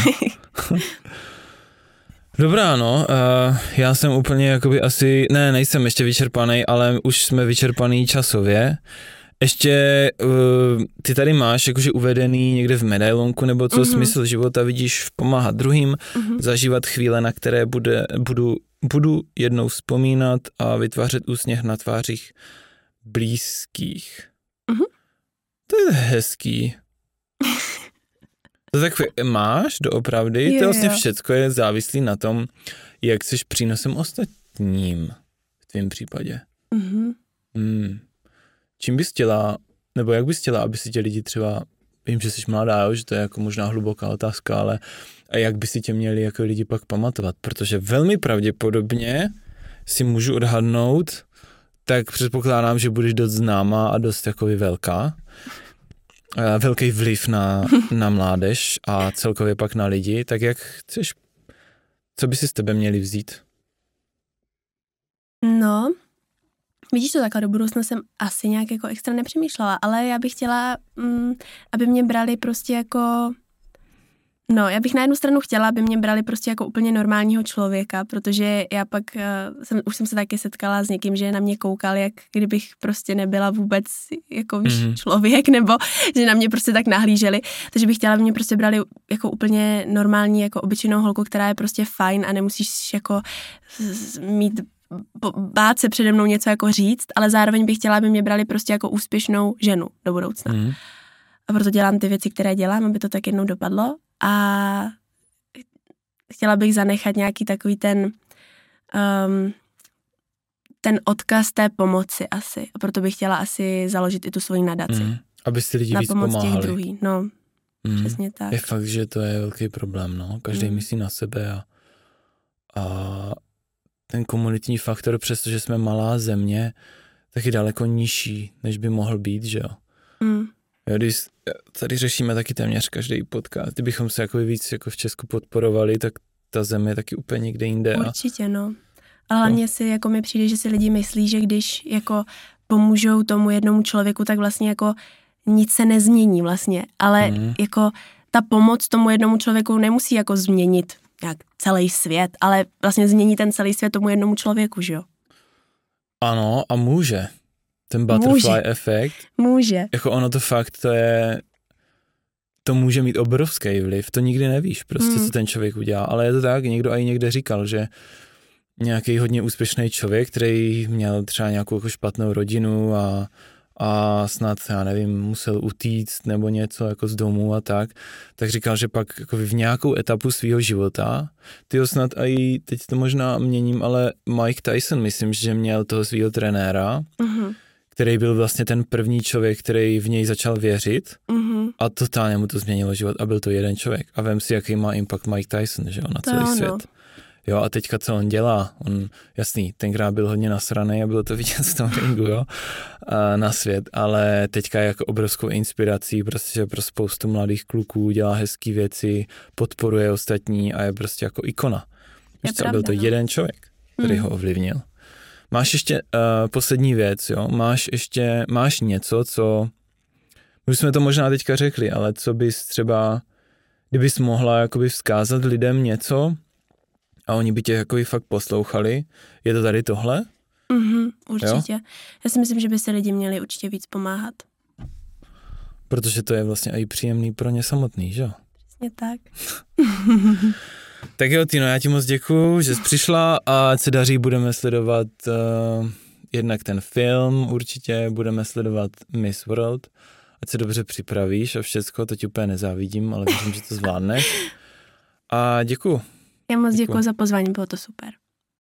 Dobrá, no. Já jsem úplně jakoby asi, nejsem ještě vyčerpaný, ale už jsme vyčerpaný časově. Ještě ty tady máš jakože uvedený někde v medailonku, nebo co smysl života vidíš pomáhat druhým, zažívat chvíle, na které budu jednou vzpomínat a vytvářet úsměv na tvářích blízkých. To je hezký. To tak máš doopravdy? To vlastně všecko je závislý na tom, jak jsi přínosem ostatním v tvém případě. Čím bys chtěla, nebo jak bys chtěla, aby si tě lidi třeba, vím, že jsi mladá, jo, že to je jako možná hluboká otázka, ale a jak by si tě měli jako lidi pak pamatovat? Protože velmi pravděpodobně si můžu odhadnout, tak předpokládám, že budeš dost známá a dost jako velká. Velký vliv na mládež a celkově pak na lidi, tak jak chceš, co by si z tebe měli vzít? No, vidíš to takhle, do budoucna jsem asi nějak jako extra nepřemýšlela, ale já bych chtěla, aby mě brali prostě jako, já bych na jednu stranu chtěla, aby mě brali prostě jako úplně normálního člověka, protože já pak už jsem se taky setkala s někým, že na mě koukal, jak kdybych prostě nebyla vůbec jako člověk, nebo že na mě prostě tak nahlíželi, takže bych chtěla, aby mě prostě brali jako úplně normální, jako obyčejnou holku, která je prostě fajn a nemusíš jako mít bát se přede mnou něco jako říct, ale zároveň bych chtěla, aby mě brali prostě jako úspěšnou ženu do budoucna. A proto dělám ty věci, které dělám, aby to tak jednou dopadlo. A chtěla bych zanechat nějaký takový ten odkaz té pomoci asi. A proto bych chtěla asi založit i tu svoji nadaci. Aby si lidi víc pomáhali. Na pomoc těch druhých, no. Přesně tak. Je fakt, že to je velký problém, no. Každý myslí na sebe a ten komunitní faktor, přestože jsme malá země, tak je daleko nižší, než by mohl být, že jo. Jo, když tady řešíme taky téměř každý podcast, kdybychom se jako víc jako v Česku podporovali, tak ta země je taky úplně někde jinde. Určitě, no. Ale hlavně si jako mi přijde, že si lidi myslí, že když jako pomůžou tomu jednomu člověku, tak vlastně jako nic se nezmění vlastně. Ale jako ta pomoc tomu jednomu člověku nemusí jako změnit jak celý svět, ale vlastně změní ten celý svět tomu jednomu člověku, že jo? Ano, a může. Ten butterfly efekt. Může. Jako ono to fakt, to může mít obrovský vliv, to nikdy nevíš prostě, co ten člověk udělá, ale je to tak, někdo i někde říkal, že nějaký hodně úspěšný člověk, který měl třeba nějakou jako špatnou rodinu a snad, já nevím, musel utíct nebo něco jako z domu a tak říkal, že pak jako v nějakou etapu svého života, tyho snad i teď to možná měním, ale Mike Tyson, myslím, že měl toho svého trenéra, který byl vlastně ten první člověk, který v něj začal věřit a totálně mu to změnilo život a byl to jeden člověk. A vem si, jaký má impact Mike Tyson, že jo, na celý svět. Jo, a teďka co on dělá, jasný, tenkrát byl hodně nasranej a bylo to vidět v tom ringu, jo, na svět, ale teďka je jako obrovskou inspirací prostě pro spoustu mladých kluků, dělá hezký věci, podporuje ostatní a je prostě jako ikona. Víš co, byl to jeden člověk, který ho ovlivnil. Máš ještě poslední věc, jo, máš něco, co, už jsme to možná teďka řekli, ale co bys třeba, kdybys mohla jakoby vzkázat lidem něco, a oni by tě jako fakt poslouchali. Je to tady tohle? Určitě. Jo? Já si myslím, že by se lidi měli určitě víc pomáhat. Protože to je vlastně i příjemný pro ně samotný, že jo? Přesně tak. Tak jo, Tino, já ti moc děkuju, že jsi přišla a ať se daří, budeme sledovat jednak ten film, určitě budeme sledovat Miss World. Ať se dobře připravíš a všecko, to ti úplně nezávidím, ale věřím, že to zvládneš. A děkuju. Já moc děkuju za pozvání, bylo to super.